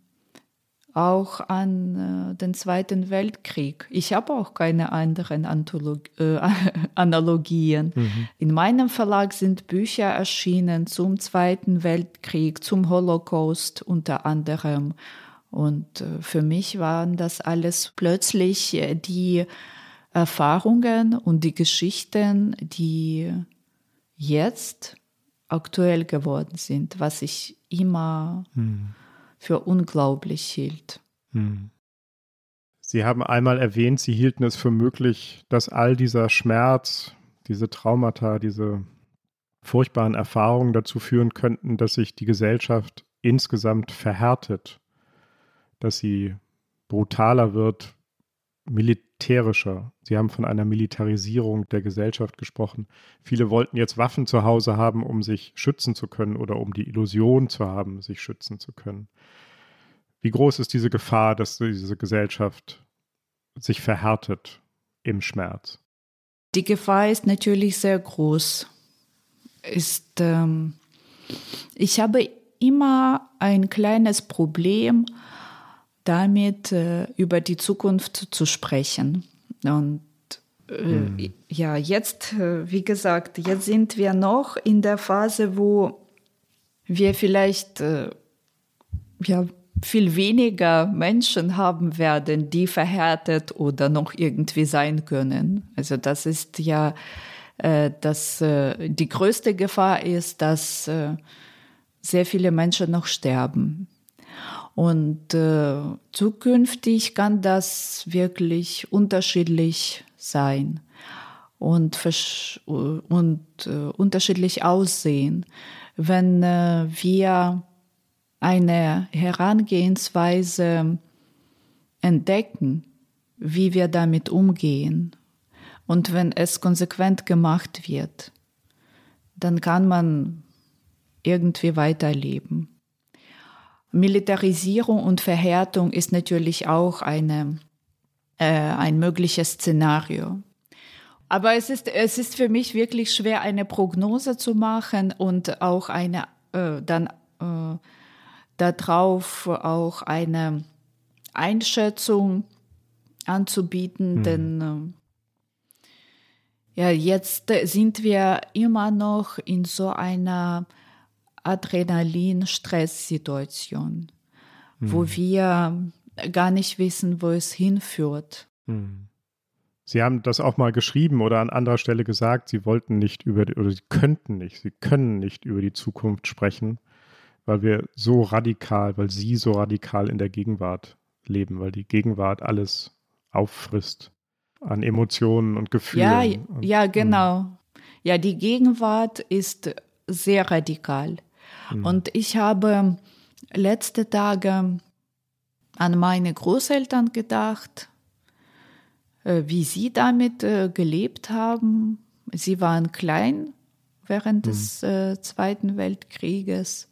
auch an äh, den Zweiten Weltkrieg. Ich habe auch keine anderen Antolog- äh, Analogien. Mhm. In meinem Verlag sind Bücher erschienen zum Zweiten Weltkrieg, zum Holocaust unter anderem. Und äh, für mich waren das alles plötzlich äh, die Erfahrungen und die Geschichten, die jetzt aktuell geworden sind, was ich immer mhm. für unglaublich hielt. Hm. Sie haben einmal erwähnt, Sie hielten es für möglich, dass all dieser Schmerz, diese Traumata, diese furchtbaren Erfahrungen dazu führen könnten, dass sich die Gesellschaft insgesamt verhärtet, dass sie brutaler wird, militärischer. Sie haben von einer Militarisierung der Gesellschaft gesprochen. Viele wollten jetzt Waffen zu Hause haben, um sich schützen zu können oder um die Illusion zu haben, sich schützen zu können. Wie groß ist diese Gefahr, dass diese Gesellschaft sich verhärtet im Schmerz? Die Gefahr ist natürlich sehr groß. Ist, ähm, ich habe immer ein kleines Problem damit, äh, über die Zukunft zu sprechen. Und äh, hm. ja, jetzt, äh, wie gesagt, jetzt sind wir noch in der Phase, wo wir vielleicht äh, ja, viel weniger Menschen haben werden, die verhärtet oder noch irgendwie sein können. Also das ist ja, äh, das, äh, die größte Gefahr ist, dass äh, sehr viele Menschen noch sterben. Und äh, zukünftig kann das wirklich unterschiedlich sein und, versch- und äh, unterschiedlich aussehen. Wenn äh, wir eine Herangehensweise entdecken, wie wir damit umgehen Und wenn es konsequent gemacht wird, dann kann man irgendwie weiterleben. Militarisierung und Verhärtung ist natürlich auch eine, äh, ein mögliches Szenario. Aber es ist, es ist für mich wirklich schwer, eine Prognose zu machen und auch eine, äh, dann äh, darauf auch eine Einschätzung anzubieten, hm. denn äh, ja, jetzt sind wir immer noch in so einer Adrenalin-Stress-Situation, hm. wo wir gar nicht wissen, wo es hinführt. Hm. Sie haben das auch mal geschrieben oder an anderer Stelle gesagt, Sie wollten nicht über, die, oder Sie könnten nicht, Sie können nicht über die Zukunft sprechen, weil wir so radikal, weil Sie so radikal in der Gegenwart leben, weil die Gegenwart alles auffrisst an Emotionen und Gefühlen. Ja, und, ja, genau. Mh. Ja, die Gegenwart ist sehr radikal. Mh. Und ich habe letzte Tage an meine Großeltern gedacht, wie sie damit äh, gelebt haben. Sie waren klein während mhm. des äh, Zweiten Weltkrieges.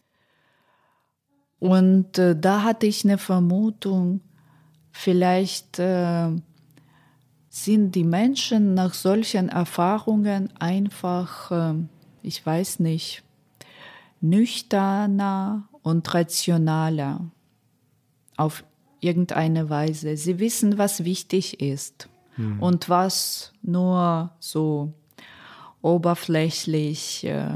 Und äh, da hatte ich eine Vermutung, vielleicht äh, sind die Menschen nach solchen Erfahrungen einfach, äh, ich weiß nicht, nüchterner und rationaler auf irgendeine Weise. Sie wissen, was wichtig ist. Hm. Und was nur so oberflächlich äh,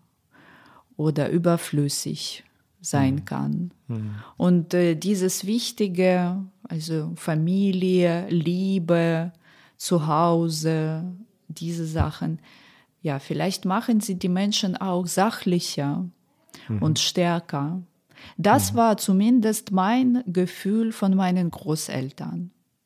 oder überflüssig sein hm. kann. Hm. Und äh, dieses Wichtige, also Familie, Liebe, Zuhause, diese Sachen, ja, vielleicht machen sie die Menschen auch sachlicher hm. und stärker. Das hm. war zumindest mein Gefühl von meinen Großeltern.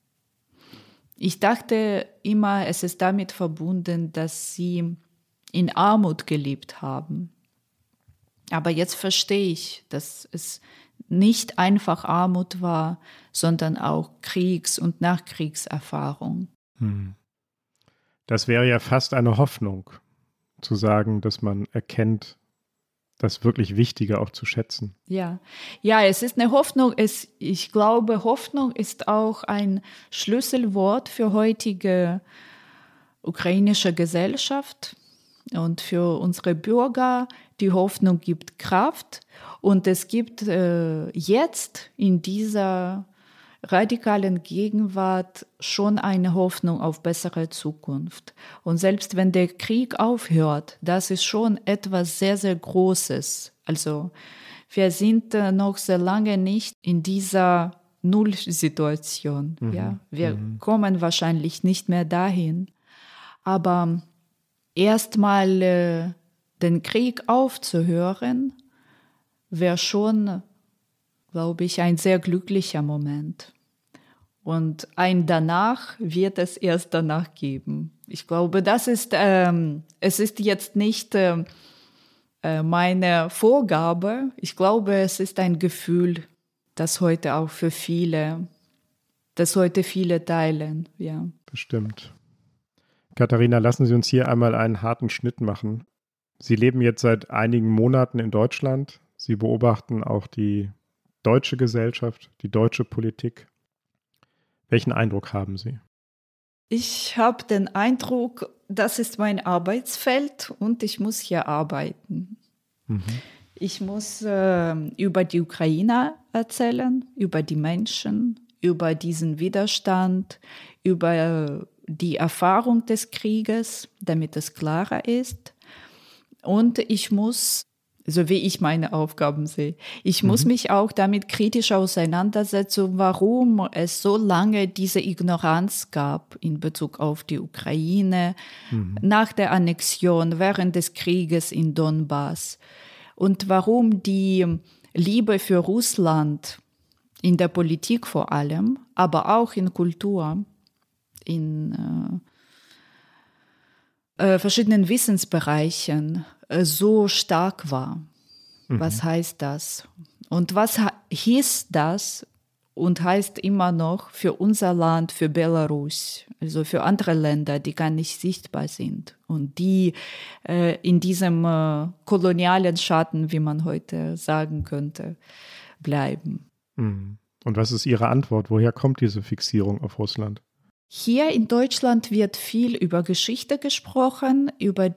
Ich dachte immer, es ist damit verbunden, dass sie in Armut gelebt haben. Aber jetzt verstehe ich, dass es nicht einfach Armut war, sondern auch Kriegs- und Nachkriegserfahrung. Hm. Das wäre ja fast eine Hoffnung, zu sagen, dass man erkennt, das wirklich Wichtige auch zu schätzen. Ja, ja, es ist eine Hoffnung. Es, ich glaube, Hoffnung ist auch ein Schlüsselwort für heutige ukrainische Gesellschaft und für unsere Bürger. Die Hoffnung gibt Kraft und es gibt äh, jetzt in dieser radikalen Gegenwart schon eine Hoffnung auf bessere Zukunft. Und selbst wenn der Krieg aufhört, das ist schon etwas sehr, sehr Großes. Also wir sind äh, noch sehr lange nicht in dieser Nullsituation. Mhm. Ja? Wir mhm. kommen wahrscheinlich nicht mehr dahin. Aber erstmal äh, den Krieg aufzuhören, wäre schon, glaube ich, ein sehr glücklicher Moment. Und ein danach wird es erst danach geben. Ich glaube, das ist, ähm, es ist jetzt nicht äh, meine Vorgabe. Ich glaube, es ist ein Gefühl, das heute auch für viele, das heute viele teilen. Ja. Bestimmt. Katharina, lassen Sie uns hier einmal einen harten Schnitt machen. Sie leben jetzt seit einigen Monaten in Deutschland. Sie beobachten auch die deutsche Gesellschaft, die deutsche Politik. Welchen Eindruck haben Sie? Ich habe den Eindruck, das ist mein Arbeitsfeld und ich muss hier arbeiten. Mhm. Ich muss äh, über die Ukraine erzählen, über die Menschen, über diesen Widerstand, über äh, die Erfahrung des Krieges, damit es klarer ist. Und ich muss, so wie ich meine Aufgaben sehe, ich mhm. muss mich auch damit kritisch auseinandersetzen, warum es so lange diese Ignoranz gab in Bezug auf die Ukraine, mhm. nach der Annexion, während des Krieges in Donbass. Und warum die Liebe für Russland in der Politik vor allem, aber auch in Kultur, in äh, äh, verschiedenen Wissensbereichen äh, so stark war. Mhm. Was heißt das? Und was ha- hieß das und heißt immer noch für unser Land, für Belarus, also für andere Länder, die gar nicht sichtbar sind und die äh, in diesem äh, kolonialen Schatten, wie man heute sagen könnte, bleiben. Und was ist Ihre Antwort? Woher kommt diese Fixierung auf Russland? Hier in Deutschland wird viel über Geschichte gesprochen, über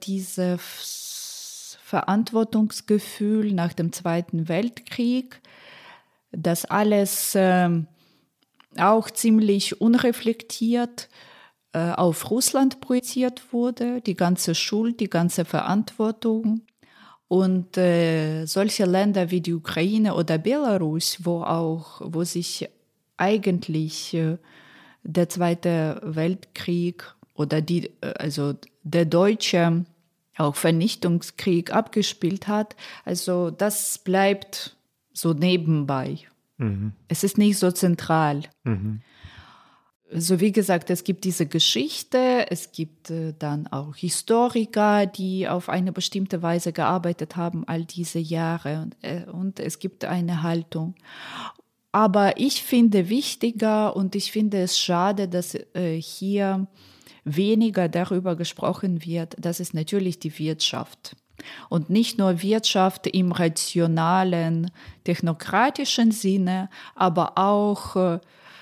dieses Verantwortungsgefühl nach dem Zweiten Weltkrieg, dass alles äh, auch ziemlich unreflektiert äh, auf Russland projiziert wurde, die ganze Schuld, die ganze Verantwortung. Und äh, solche Länder wie die Ukraine oder Belarus, wo auch, wo sich eigentlich äh, der Zweite Weltkrieg oder die, also der deutsche auch Vernichtungskrieg abgespielt hat, also das bleibt so nebenbei. Mhm. Es ist nicht so zentral. Mhm. So wie gesagt, es gibt diese Geschichte, es gibt äh, dann auch Historiker, die auf eine bestimmte Weise gearbeitet haben all diese Jahre und, äh, und es gibt eine Haltung. Aber ich finde wichtiger und ich finde es schade, dass äh, hier weniger darüber gesprochen wird, das ist natürlich die Wirtschaft. Und nicht nur Wirtschaft im rationalen, technokratischen Sinne, aber auch äh,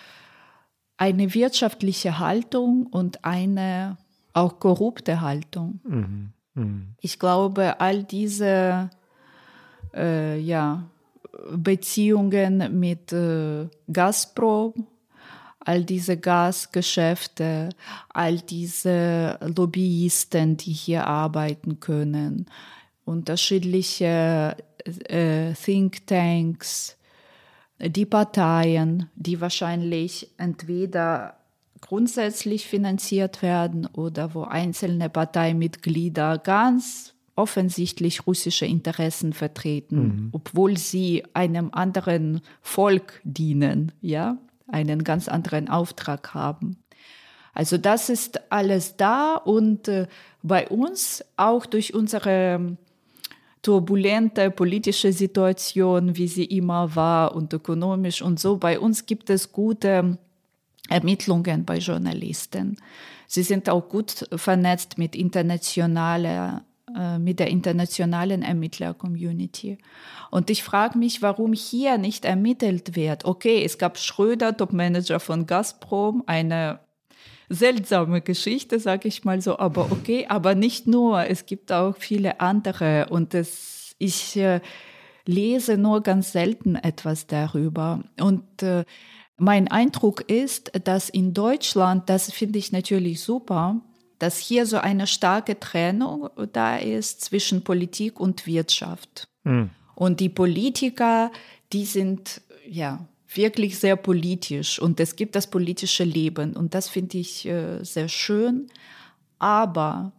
eine wirtschaftliche Haltung und eine auch korrupte Haltung. Mhm. Mhm. Ich glaube, all diese äh, ja, Beziehungen mit äh, Gazprom, all diese Gasgeschäfte, all diese Lobbyisten, die hier arbeiten können, unterschiedliche äh, Thinktanks, die Parteien, die wahrscheinlich entweder grundsätzlich finanziert werden oder wo einzelne Parteimitglieder ganz offensichtlich russische Interessen vertreten, mhm. obwohl sie einem anderen Volk dienen, ja, einen ganz anderen Auftrag haben. Also das ist alles da und äh, bei uns auch durch unsere turbulente politische Situation, wie sie immer war und ökonomisch und so. Bei uns gibt es gute Ermittlungen bei Journalisten. Sie sind auch gut vernetzt mit internationaler, äh, mit der internationalen Ermittler-Community. Und ich frage mich, warum hier nicht ermittelt wird. Okay, es gab Schröder, Topmanager von Gazprom, eine seltsame Geschichte, sage ich mal so, aber okay, aber nicht nur, es gibt auch viele andere und es, ich äh, lese nur ganz selten etwas darüber und äh, mein Eindruck ist, dass in Deutschland, das finde ich natürlich super, dass hier so eine starke Trennung da ist zwischen Politik und Wirtschaft. Mhm. Und die Politiker, die sind, ja, wirklich sehr politisch und es gibt das politische Leben und das finde ich äh, sehr schön, aber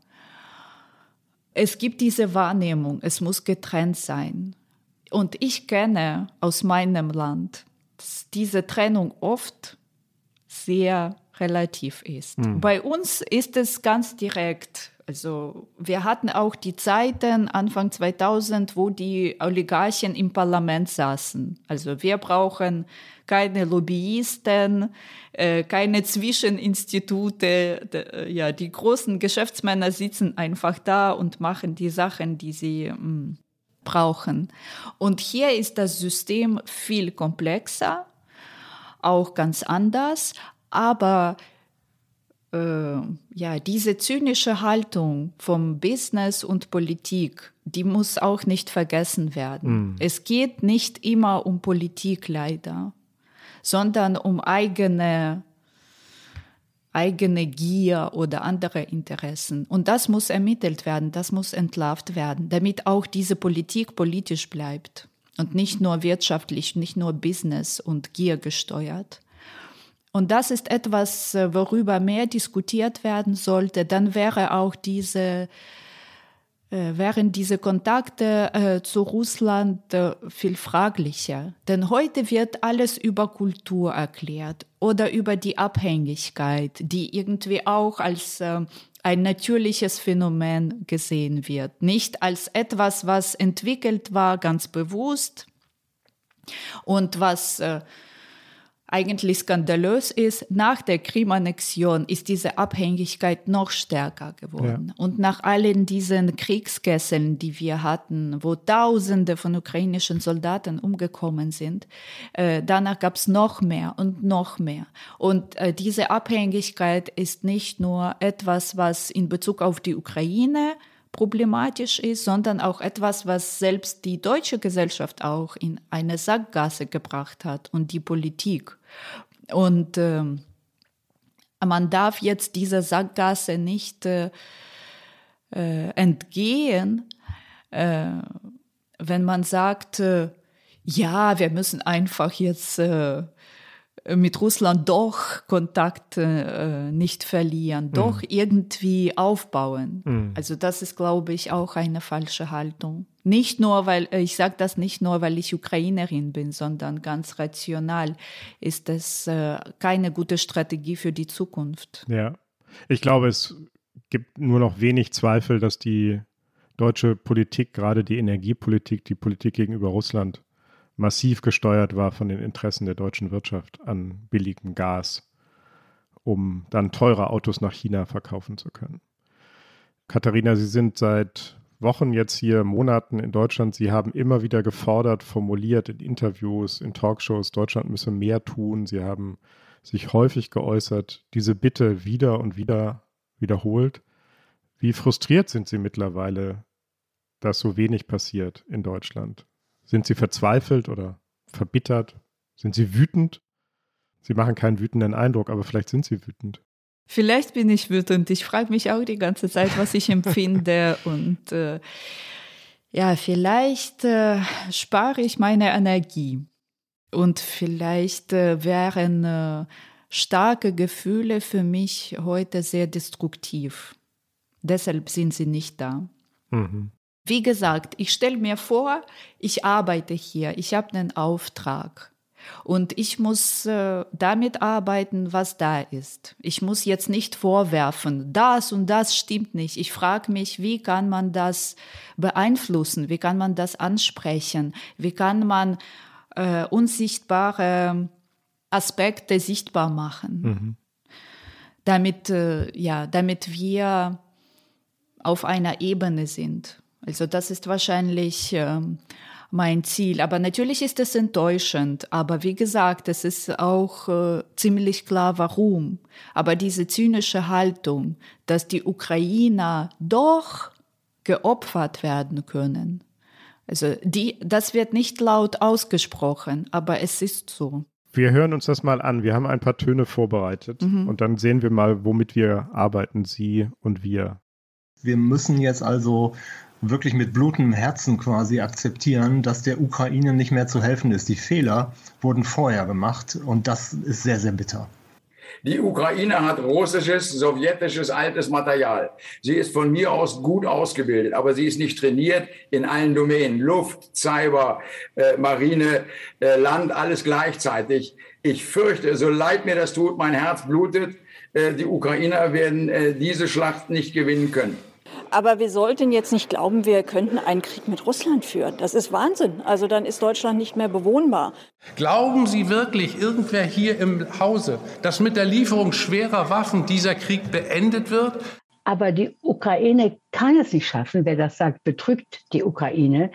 es gibt diese Wahrnehmung, es muss getrennt sein und ich kenne aus meinem Land, dass diese Trennung oft sehr relativ ist. Mhm. Bei uns ist es ganz direkt. Also wir hatten auch die Zeiten Anfang zweitausend, wo die Oligarchen im Parlament saßen. Also wir brauchen keine Lobbyisten, äh, keine Zwischeninstitute. De, ja, die großen Geschäftsmänner sitzen einfach da und machen die Sachen, die sie mh, brauchen. Und hier ist das System viel komplexer, auch ganz anders, aber Äh, ja, diese zynische Haltung vom Business und Politik, die muss auch nicht vergessen werden. Mm. Es geht nicht immer um Politik leider, sondern um eigene, eigene Gier oder andere Interessen. Und das muss ermittelt werden, das muss entlarvt werden, damit auch diese Politik politisch bleibt und nicht nur wirtschaftlich, nicht nur Business und Gier gesteuert. Und das ist etwas, worüber mehr diskutiert werden sollte. Dann wäre auch diese, äh, wären diese Kontakte äh, zu Russland äh, viel fraglicher. Denn heute wird alles über Kultur erklärt oder über die Abhängigkeit, die irgendwie auch als äh, ein natürliches Phänomen gesehen wird. Nicht als etwas, was entwickelt war, ganz bewusst und was äh, eigentlich skandalös ist, nach der Krim-Annexion ist diese Abhängigkeit noch stärker geworden. Ja. Und nach allen diesen Kriegskesseln, die wir hatten, wo Tausende von ukrainischen Soldaten umgekommen sind, äh, danach gab es noch mehr und noch mehr. Und äh, diese Abhängigkeit ist nicht nur etwas, was in Bezug auf die Ukraine problematisch ist, sondern auch etwas, was selbst die deutsche Gesellschaft auch in eine Sackgasse gebracht hat und die Politik. Und äh, man darf jetzt dieser Sackgasse nicht äh, äh, entgehen, äh, wenn man sagt, äh, ja, wir müssen einfach jetzt äh, mit Russland doch Kontakt äh, nicht verlieren, doch mhm. irgendwie aufbauen. Mhm. Also das ist, glaube ich, auch eine falsche Haltung. Nicht nur, weil, ich sage das nicht nur, weil ich Ukrainerin bin, sondern ganz rational ist das äh, keine gute Strategie für die Zukunft. Ja, ich glaube, es gibt nur noch wenig Zweifel, dass die deutsche Politik, gerade die Energiepolitik, die Politik gegenüber Russland, massiv gesteuert war von den Interessen der deutschen Wirtschaft an billigem Gas, um dann teure Autos nach China verkaufen zu können. Katharina, Sie sind seit Wochen jetzt hier, Monaten in Deutschland. Sie haben immer wieder gefordert, formuliert in Interviews, in Talkshows, Deutschland müsse mehr tun. Sie haben sich häufig geäußert, diese Bitte wieder und wieder wiederholt. Wie frustriert sind Sie mittlerweile, dass so wenig passiert in Deutschland? Sind Sie verzweifelt oder verbittert? Sind Sie wütend? Sie machen keinen wütenden Eindruck, aber vielleicht sind Sie wütend. Vielleicht bin ich wütend. Ich frage mich auch die ganze Zeit, was ich empfinde. Und äh, ja, vielleicht äh, spare ich meine Energie. Und vielleicht äh, wären äh, starke Gefühle für mich heute sehr destruktiv. Deshalb sind sie nicht da. Mhm. Wie gesagt, ich stelle mir vor, ich arbeite hier, ich habe einen Auftrag und ich muss äh, damit arbeiten, was da ist. Ich muss jetzt nicht vorwerfen, das und das stimmt nicht. Ich frage mich, wie kann man das beeinflussen, wie kann man das ansprechen, wie kann man äh, unsichtbare Aspekte sichtbar machen, mhm. damit, äh, ja, damit wir auf einer Ebene sind. Also das ist wahrscheinlich äh, mein Ziel. Aber natürlich ist es enttäuschend. Aber wie gesagt, es ist auch äh, ziemlich klar, warum. Aber diese zynische Haltung, dass die Ukrainer doch geopfert werden können, also die, das wird nicht laut ausgesprochen, aber es ist so. Wir hören uns das mal an. Wir haben ein paar Töne vorbereitet mhm. und dann sehen wir mal, womit wir arbeiten, Sie und wir. Wir müssen jetzt also wirklich mit blutendem Herzen quasi akzeptieren, dass der Ukraine nicht mehr zu helfen ist. Die Fehler wurden vorher gemacht und das ist sehr, sehr bitter. Die Ukraine hat russisches, sowjetisches, altes Material. Sie ist von mir aus gut ausgebildet, aber sie ist nicht trainiert in allen Domänen. Luft, Cyber, äh, Marine, äh, Land, alles gleichzeitig. Ich fürchte, so leid mir das tut, mein Herz blutet, äh, die Ukrainer werden äh, diese Schlacht nicht gewinnen können. Aber wir sollten jetzt nicht glauben, wir könnten einen Krieg mit Russland führen. Das ist Wahnsinn. Also dann ist Deutschland nicht mehr bewohnbar. Glauben Sie wirklich, irgendwer hier im Hause, dass mit der Lieferung schwerer Waffen dieser Krieg beendet wird? Aber die Ukraine kann es nicht schaffen, wer das sagt, betrügt die Ukraine,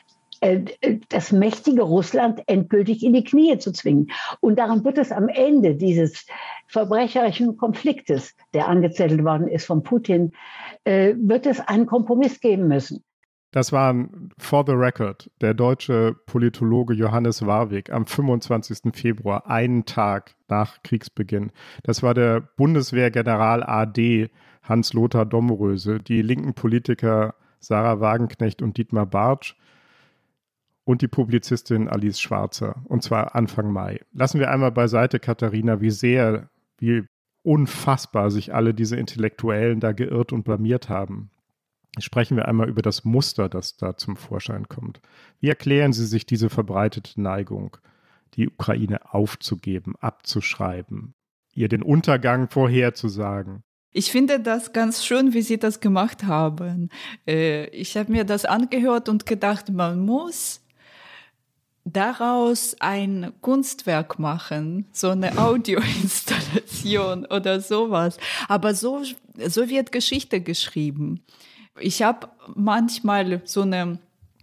das mächtige Russland endgültig in die Knie zu zwingen. Und daran wird es am Ende dieses verbrecherischen Konfliktes, der angezettelt worden ist von Putin, wird es einen Kompromiss geben müssen. Das war for the record der deutsche Politologe Johannes Warwick am fünfundzwanzigsten Februar, einen Tag nach Kriegsbeginn. Das war der Bundeswehrgeneral A D Hans-Lothar Domröse, die linken Politiker Sarah Wagenknecht und Dietmar Bartsch und die Publizistin Alice Schwarzer, und zwar Anfang Mai. Lassen wir einmal beiseite, Katharina, wie sehr, wie unfassbar sich alle diese Intellektuellen da geirrt und blamiert haben. Sprechen wir einmal über das Muster, das da zum Vorschein kommt. Wie erklären Sie sich diese verbreitete Neigung, die Ukraine aufzugeben, abzuschreiben, ihr den Untergang vorherzusagen? Ich finde das ganz schön, wie Sie das gemacht haben. Ich habe mir das angehört und gedacht, man muss daraus ein Kunstwerk machen, so eine Audioinstallation oder sowas. Aber so, so wird Geschichte geschrieben. Ich habe manchmal so eine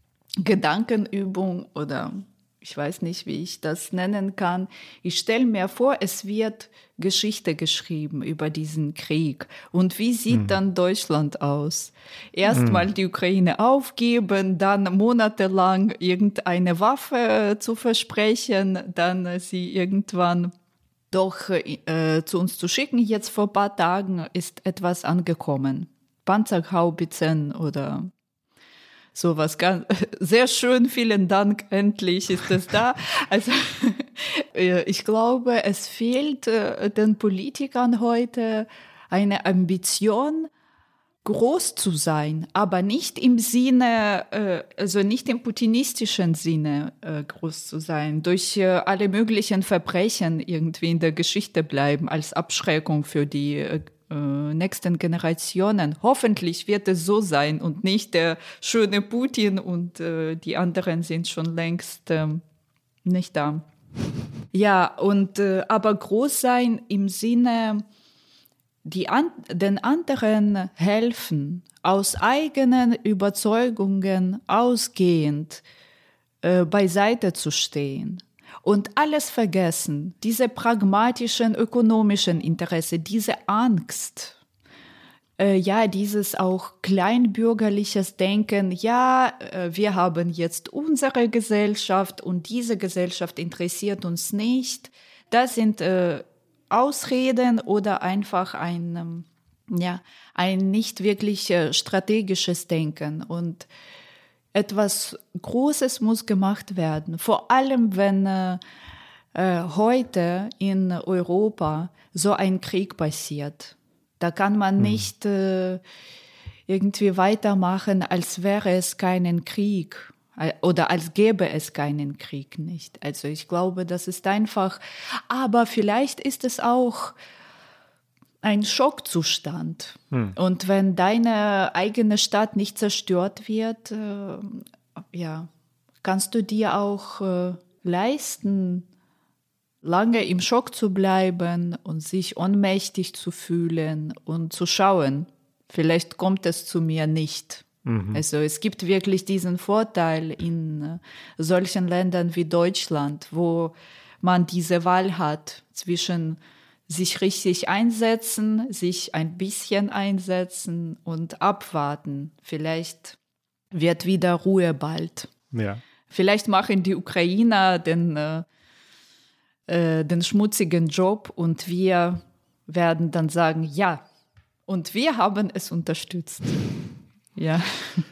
Gedankenübung oder ich weiß nicht, wie ich das nennen kann. Ich stelle mir vor, es wird Geschichte geschrieben über diesen Krieg. Und wie sieht mhm. dann Deutschland aus? Erstmal mhm. die Ukraine aufgeben, dann monatelang irgendeine Waffe zu versprechen, dann sie irgendwann doch äh, zu uns zu schicken. Jetzt vor ein paar Tagen ist etwas angekommen. Panzerhaubitzen oder sowas ganz, sehr schön, vielen Dank, endlich ist es da. Also ich glaube, es fehlt äh, den Politikern heute eine Ambition, groß zu sein, aber nicht im Sinne, äh, also nicht im putinistischen Sinne äh, groß zu sein, durch äh, alle möglichen Verbrechen irgendwie in der Geschichte bleiben, als Abschreckung für die äh, nächsten Generationen. Hoffentlich wird es so sein und nicht der schöne Putin und äh, die anderen sind schon längst äh, nicht da. Ja, und äh, aber groß sein im Sinne, die an, den anderen helfen, aus eigenen Überzeugungen ausgehend äh, beiseite zu stehen. Und alles vergessen, diese pragmatischen ökonomischen Interesse, diese Angst, äh, ja, dieses auch kleinbürgerliches Denken, ja, äh, wir haben jetzt unsere Gesellschaft und diese Gesellschaft interessiert uns nicht. Das sind äh, Ausreden oder einfach ein, ähm, ja, ein nicht wirklich äh, strategisches Denken. Und etwas Großes muss gemacht werden, vor allem wenn äh, heute in Europa so ein Krieg passiert. Da kann man mhm. nicht äh, irgendwie weitermachen, als wäre es keinen Krieg oder als gäbe es keinen Krieg nicht. Also ich glaube, das ist einfach, aber vielleicht ist es auch ein Schockzustand. Hm. Und wenn deine eigene Stadt nicht zerstört wird, äh, ja, kannst du dir auch äh, leisten, lange im Schock zu bleiben und sich ohnmächtig zu fühlen und zu schauen, vielleicht kommt es zu mir nicht. Mhm. Also es gibt wirklich diesen Vorteil in äh, solchen Ländern wie Deutschland, wo man diese Wahl hat zwischen sich richtig einsetzen, sich ein bisschen einsetzen und abwarten. Vielleicht wird wieder Ruhe bald. Ja. Vielleicht machen die Ukrainer den, äh, äh, den schmutzigen Job und wir werden dann sagen, ja, und wir haben es unterstützt. Ja.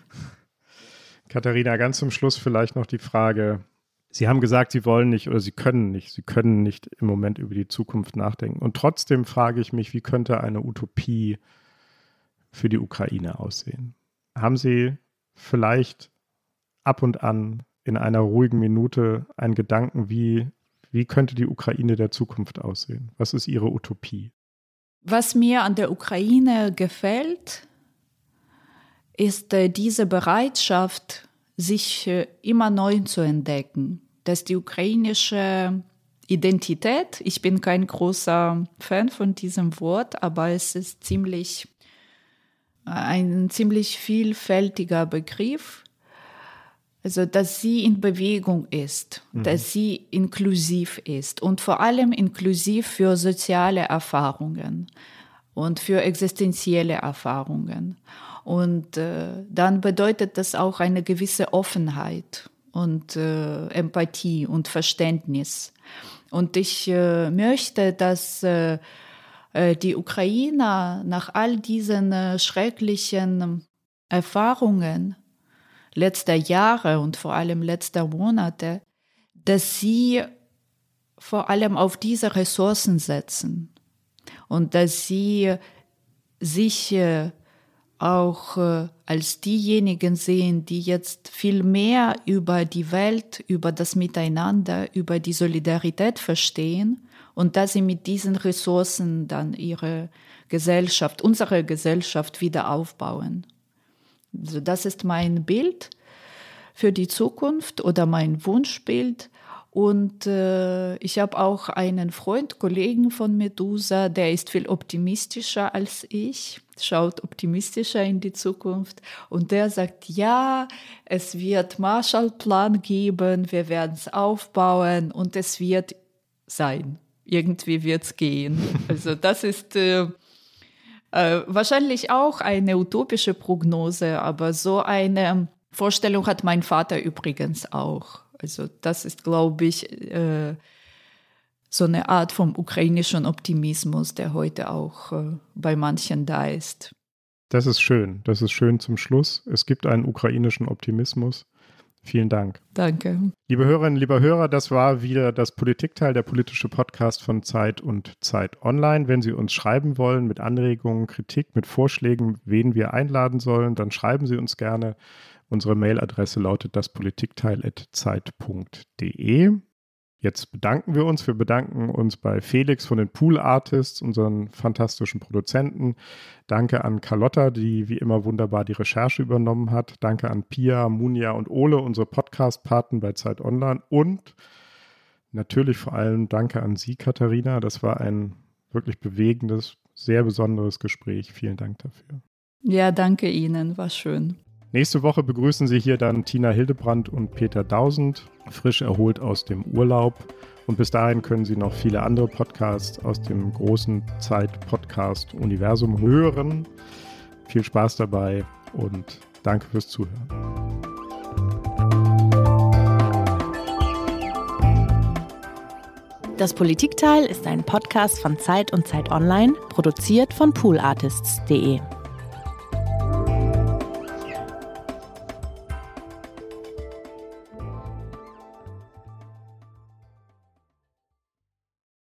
Katharina, ganz zum Schluss vielleicht noch die Frage, Sie haben gesagt, Sie wollen nicht oder Sie können nicht. Sie können nicht im Moment über die Zukunft nachdenken. Und trotzdem frage ich mich, wie könnte eine Utopie für die Ukraine aussehen? Haben Sie vielleicht ab und an in einer ruhigen Minute einen Gedanken, wie, wie könnte die Ukraine der Zukunft aussehen? Was ist Ihre Utopie? Was mir an der Ukraine gefällt, ist äh, diese Bereitschaft, sich äh, immer neu zu entdecken. Dass die ukrainische Identität, ich bin kein großer Fan von diesem Wort, aber es ist ziemlich, äh, ein ziemlich vielfältiger Begriff, also dass sie in Bewegung ist, mhm. dass sie inklusiv ist und vor allem inklusiv für soziale Erfahrungen und für existenzielle Erfahrungen. Und äh, dann bedeutet das auch eine gewisse Offenheit und äh, Empathie und Verständnis. Und ich äh, möchte, dass äh, die Ukrainer nach all diesen äh, schrecklichen Erfahrungen letzter Jahre und vor allem letzter Monate, dass sie vor allem auf diese Ressourcen setzen und dass sie sich äh, auch äh, als diejenigen sehen, die jetzt viel mehr über die Welt, über das Miteinander, über die Solidarität verstehen und dass sie mit diesen Ressourcen dann ihre Gesellschaft, unsere Gesellschaft wieder aufbauen. Also das ist mein Bild für die Zukunft oder mein Wunschbild. Und äh, ich habe auch einen Freund, Kollegen von Medusa, der ist viel optimistischer als ich, schaut optimistischer in die Zukunft. Und der sagt, ja, es wird Marshallplan geben, wir werden es aufbauen und es wird sein. Irgendwie wird es gehen. Also das ist äh, äh, wahrscheinlich auch eine utopische Prognose, aber so eine Vorstellung hat mein Vater übrigens auch. Also das ist, glaube ich, äh, so eine Art vom ukrainischen Optimismus, der heute auch äh, bei manchen da ist. Das ist schön. Das ist schön zum Schluss. Es gibt einen ukrainischen Optimismus. Vielen Dank. Danke. Liebe Hörerinnen, lieber Hörer, das war wieder das Politikteil, der politische Podcast von Zeit und Zeit Online. Wenn Sie uns schreiben wollen mit Anregungen, Kritik, mit Vorschlägen, wen wir einladen sollen, dann schreiben Sie uns gerne. Unsere Mailadresse lautet daspolitikteil at zeit punkt de. Jetzt bedanken wir uns. Wir bedanken uns bei Felix von den Pool Artists, unseren fantastischen Produzenten. Danke an Carlotta, die wie immer wunderbar die Recherche übernommen hat. Danke an Pia, Munja und Ole, unsere Podcast-Paten bei Zeit Online. Und natürlich vor allem danke an Sie, Katharina. Das war ein wirklich bewegendes, sehr besonderes Gespräch. Vielen Dank dafür. Ja, danke Ihnen. War schön. Nächste Woche begrüßen Sie hier dann Tina Hildebrandt und Peter Dausend, frisch erholt aus dem Urlaub. Und bis dahin können Sie noch viele andere Podcasts aus dem großen Zeit-Podcast-Universum hören. Viel Spaß dabei und danke fürs Zuhören. Das Politikteil ist ein Podcast von Zeit und Zeit Online, produziert von pool artists punkt de.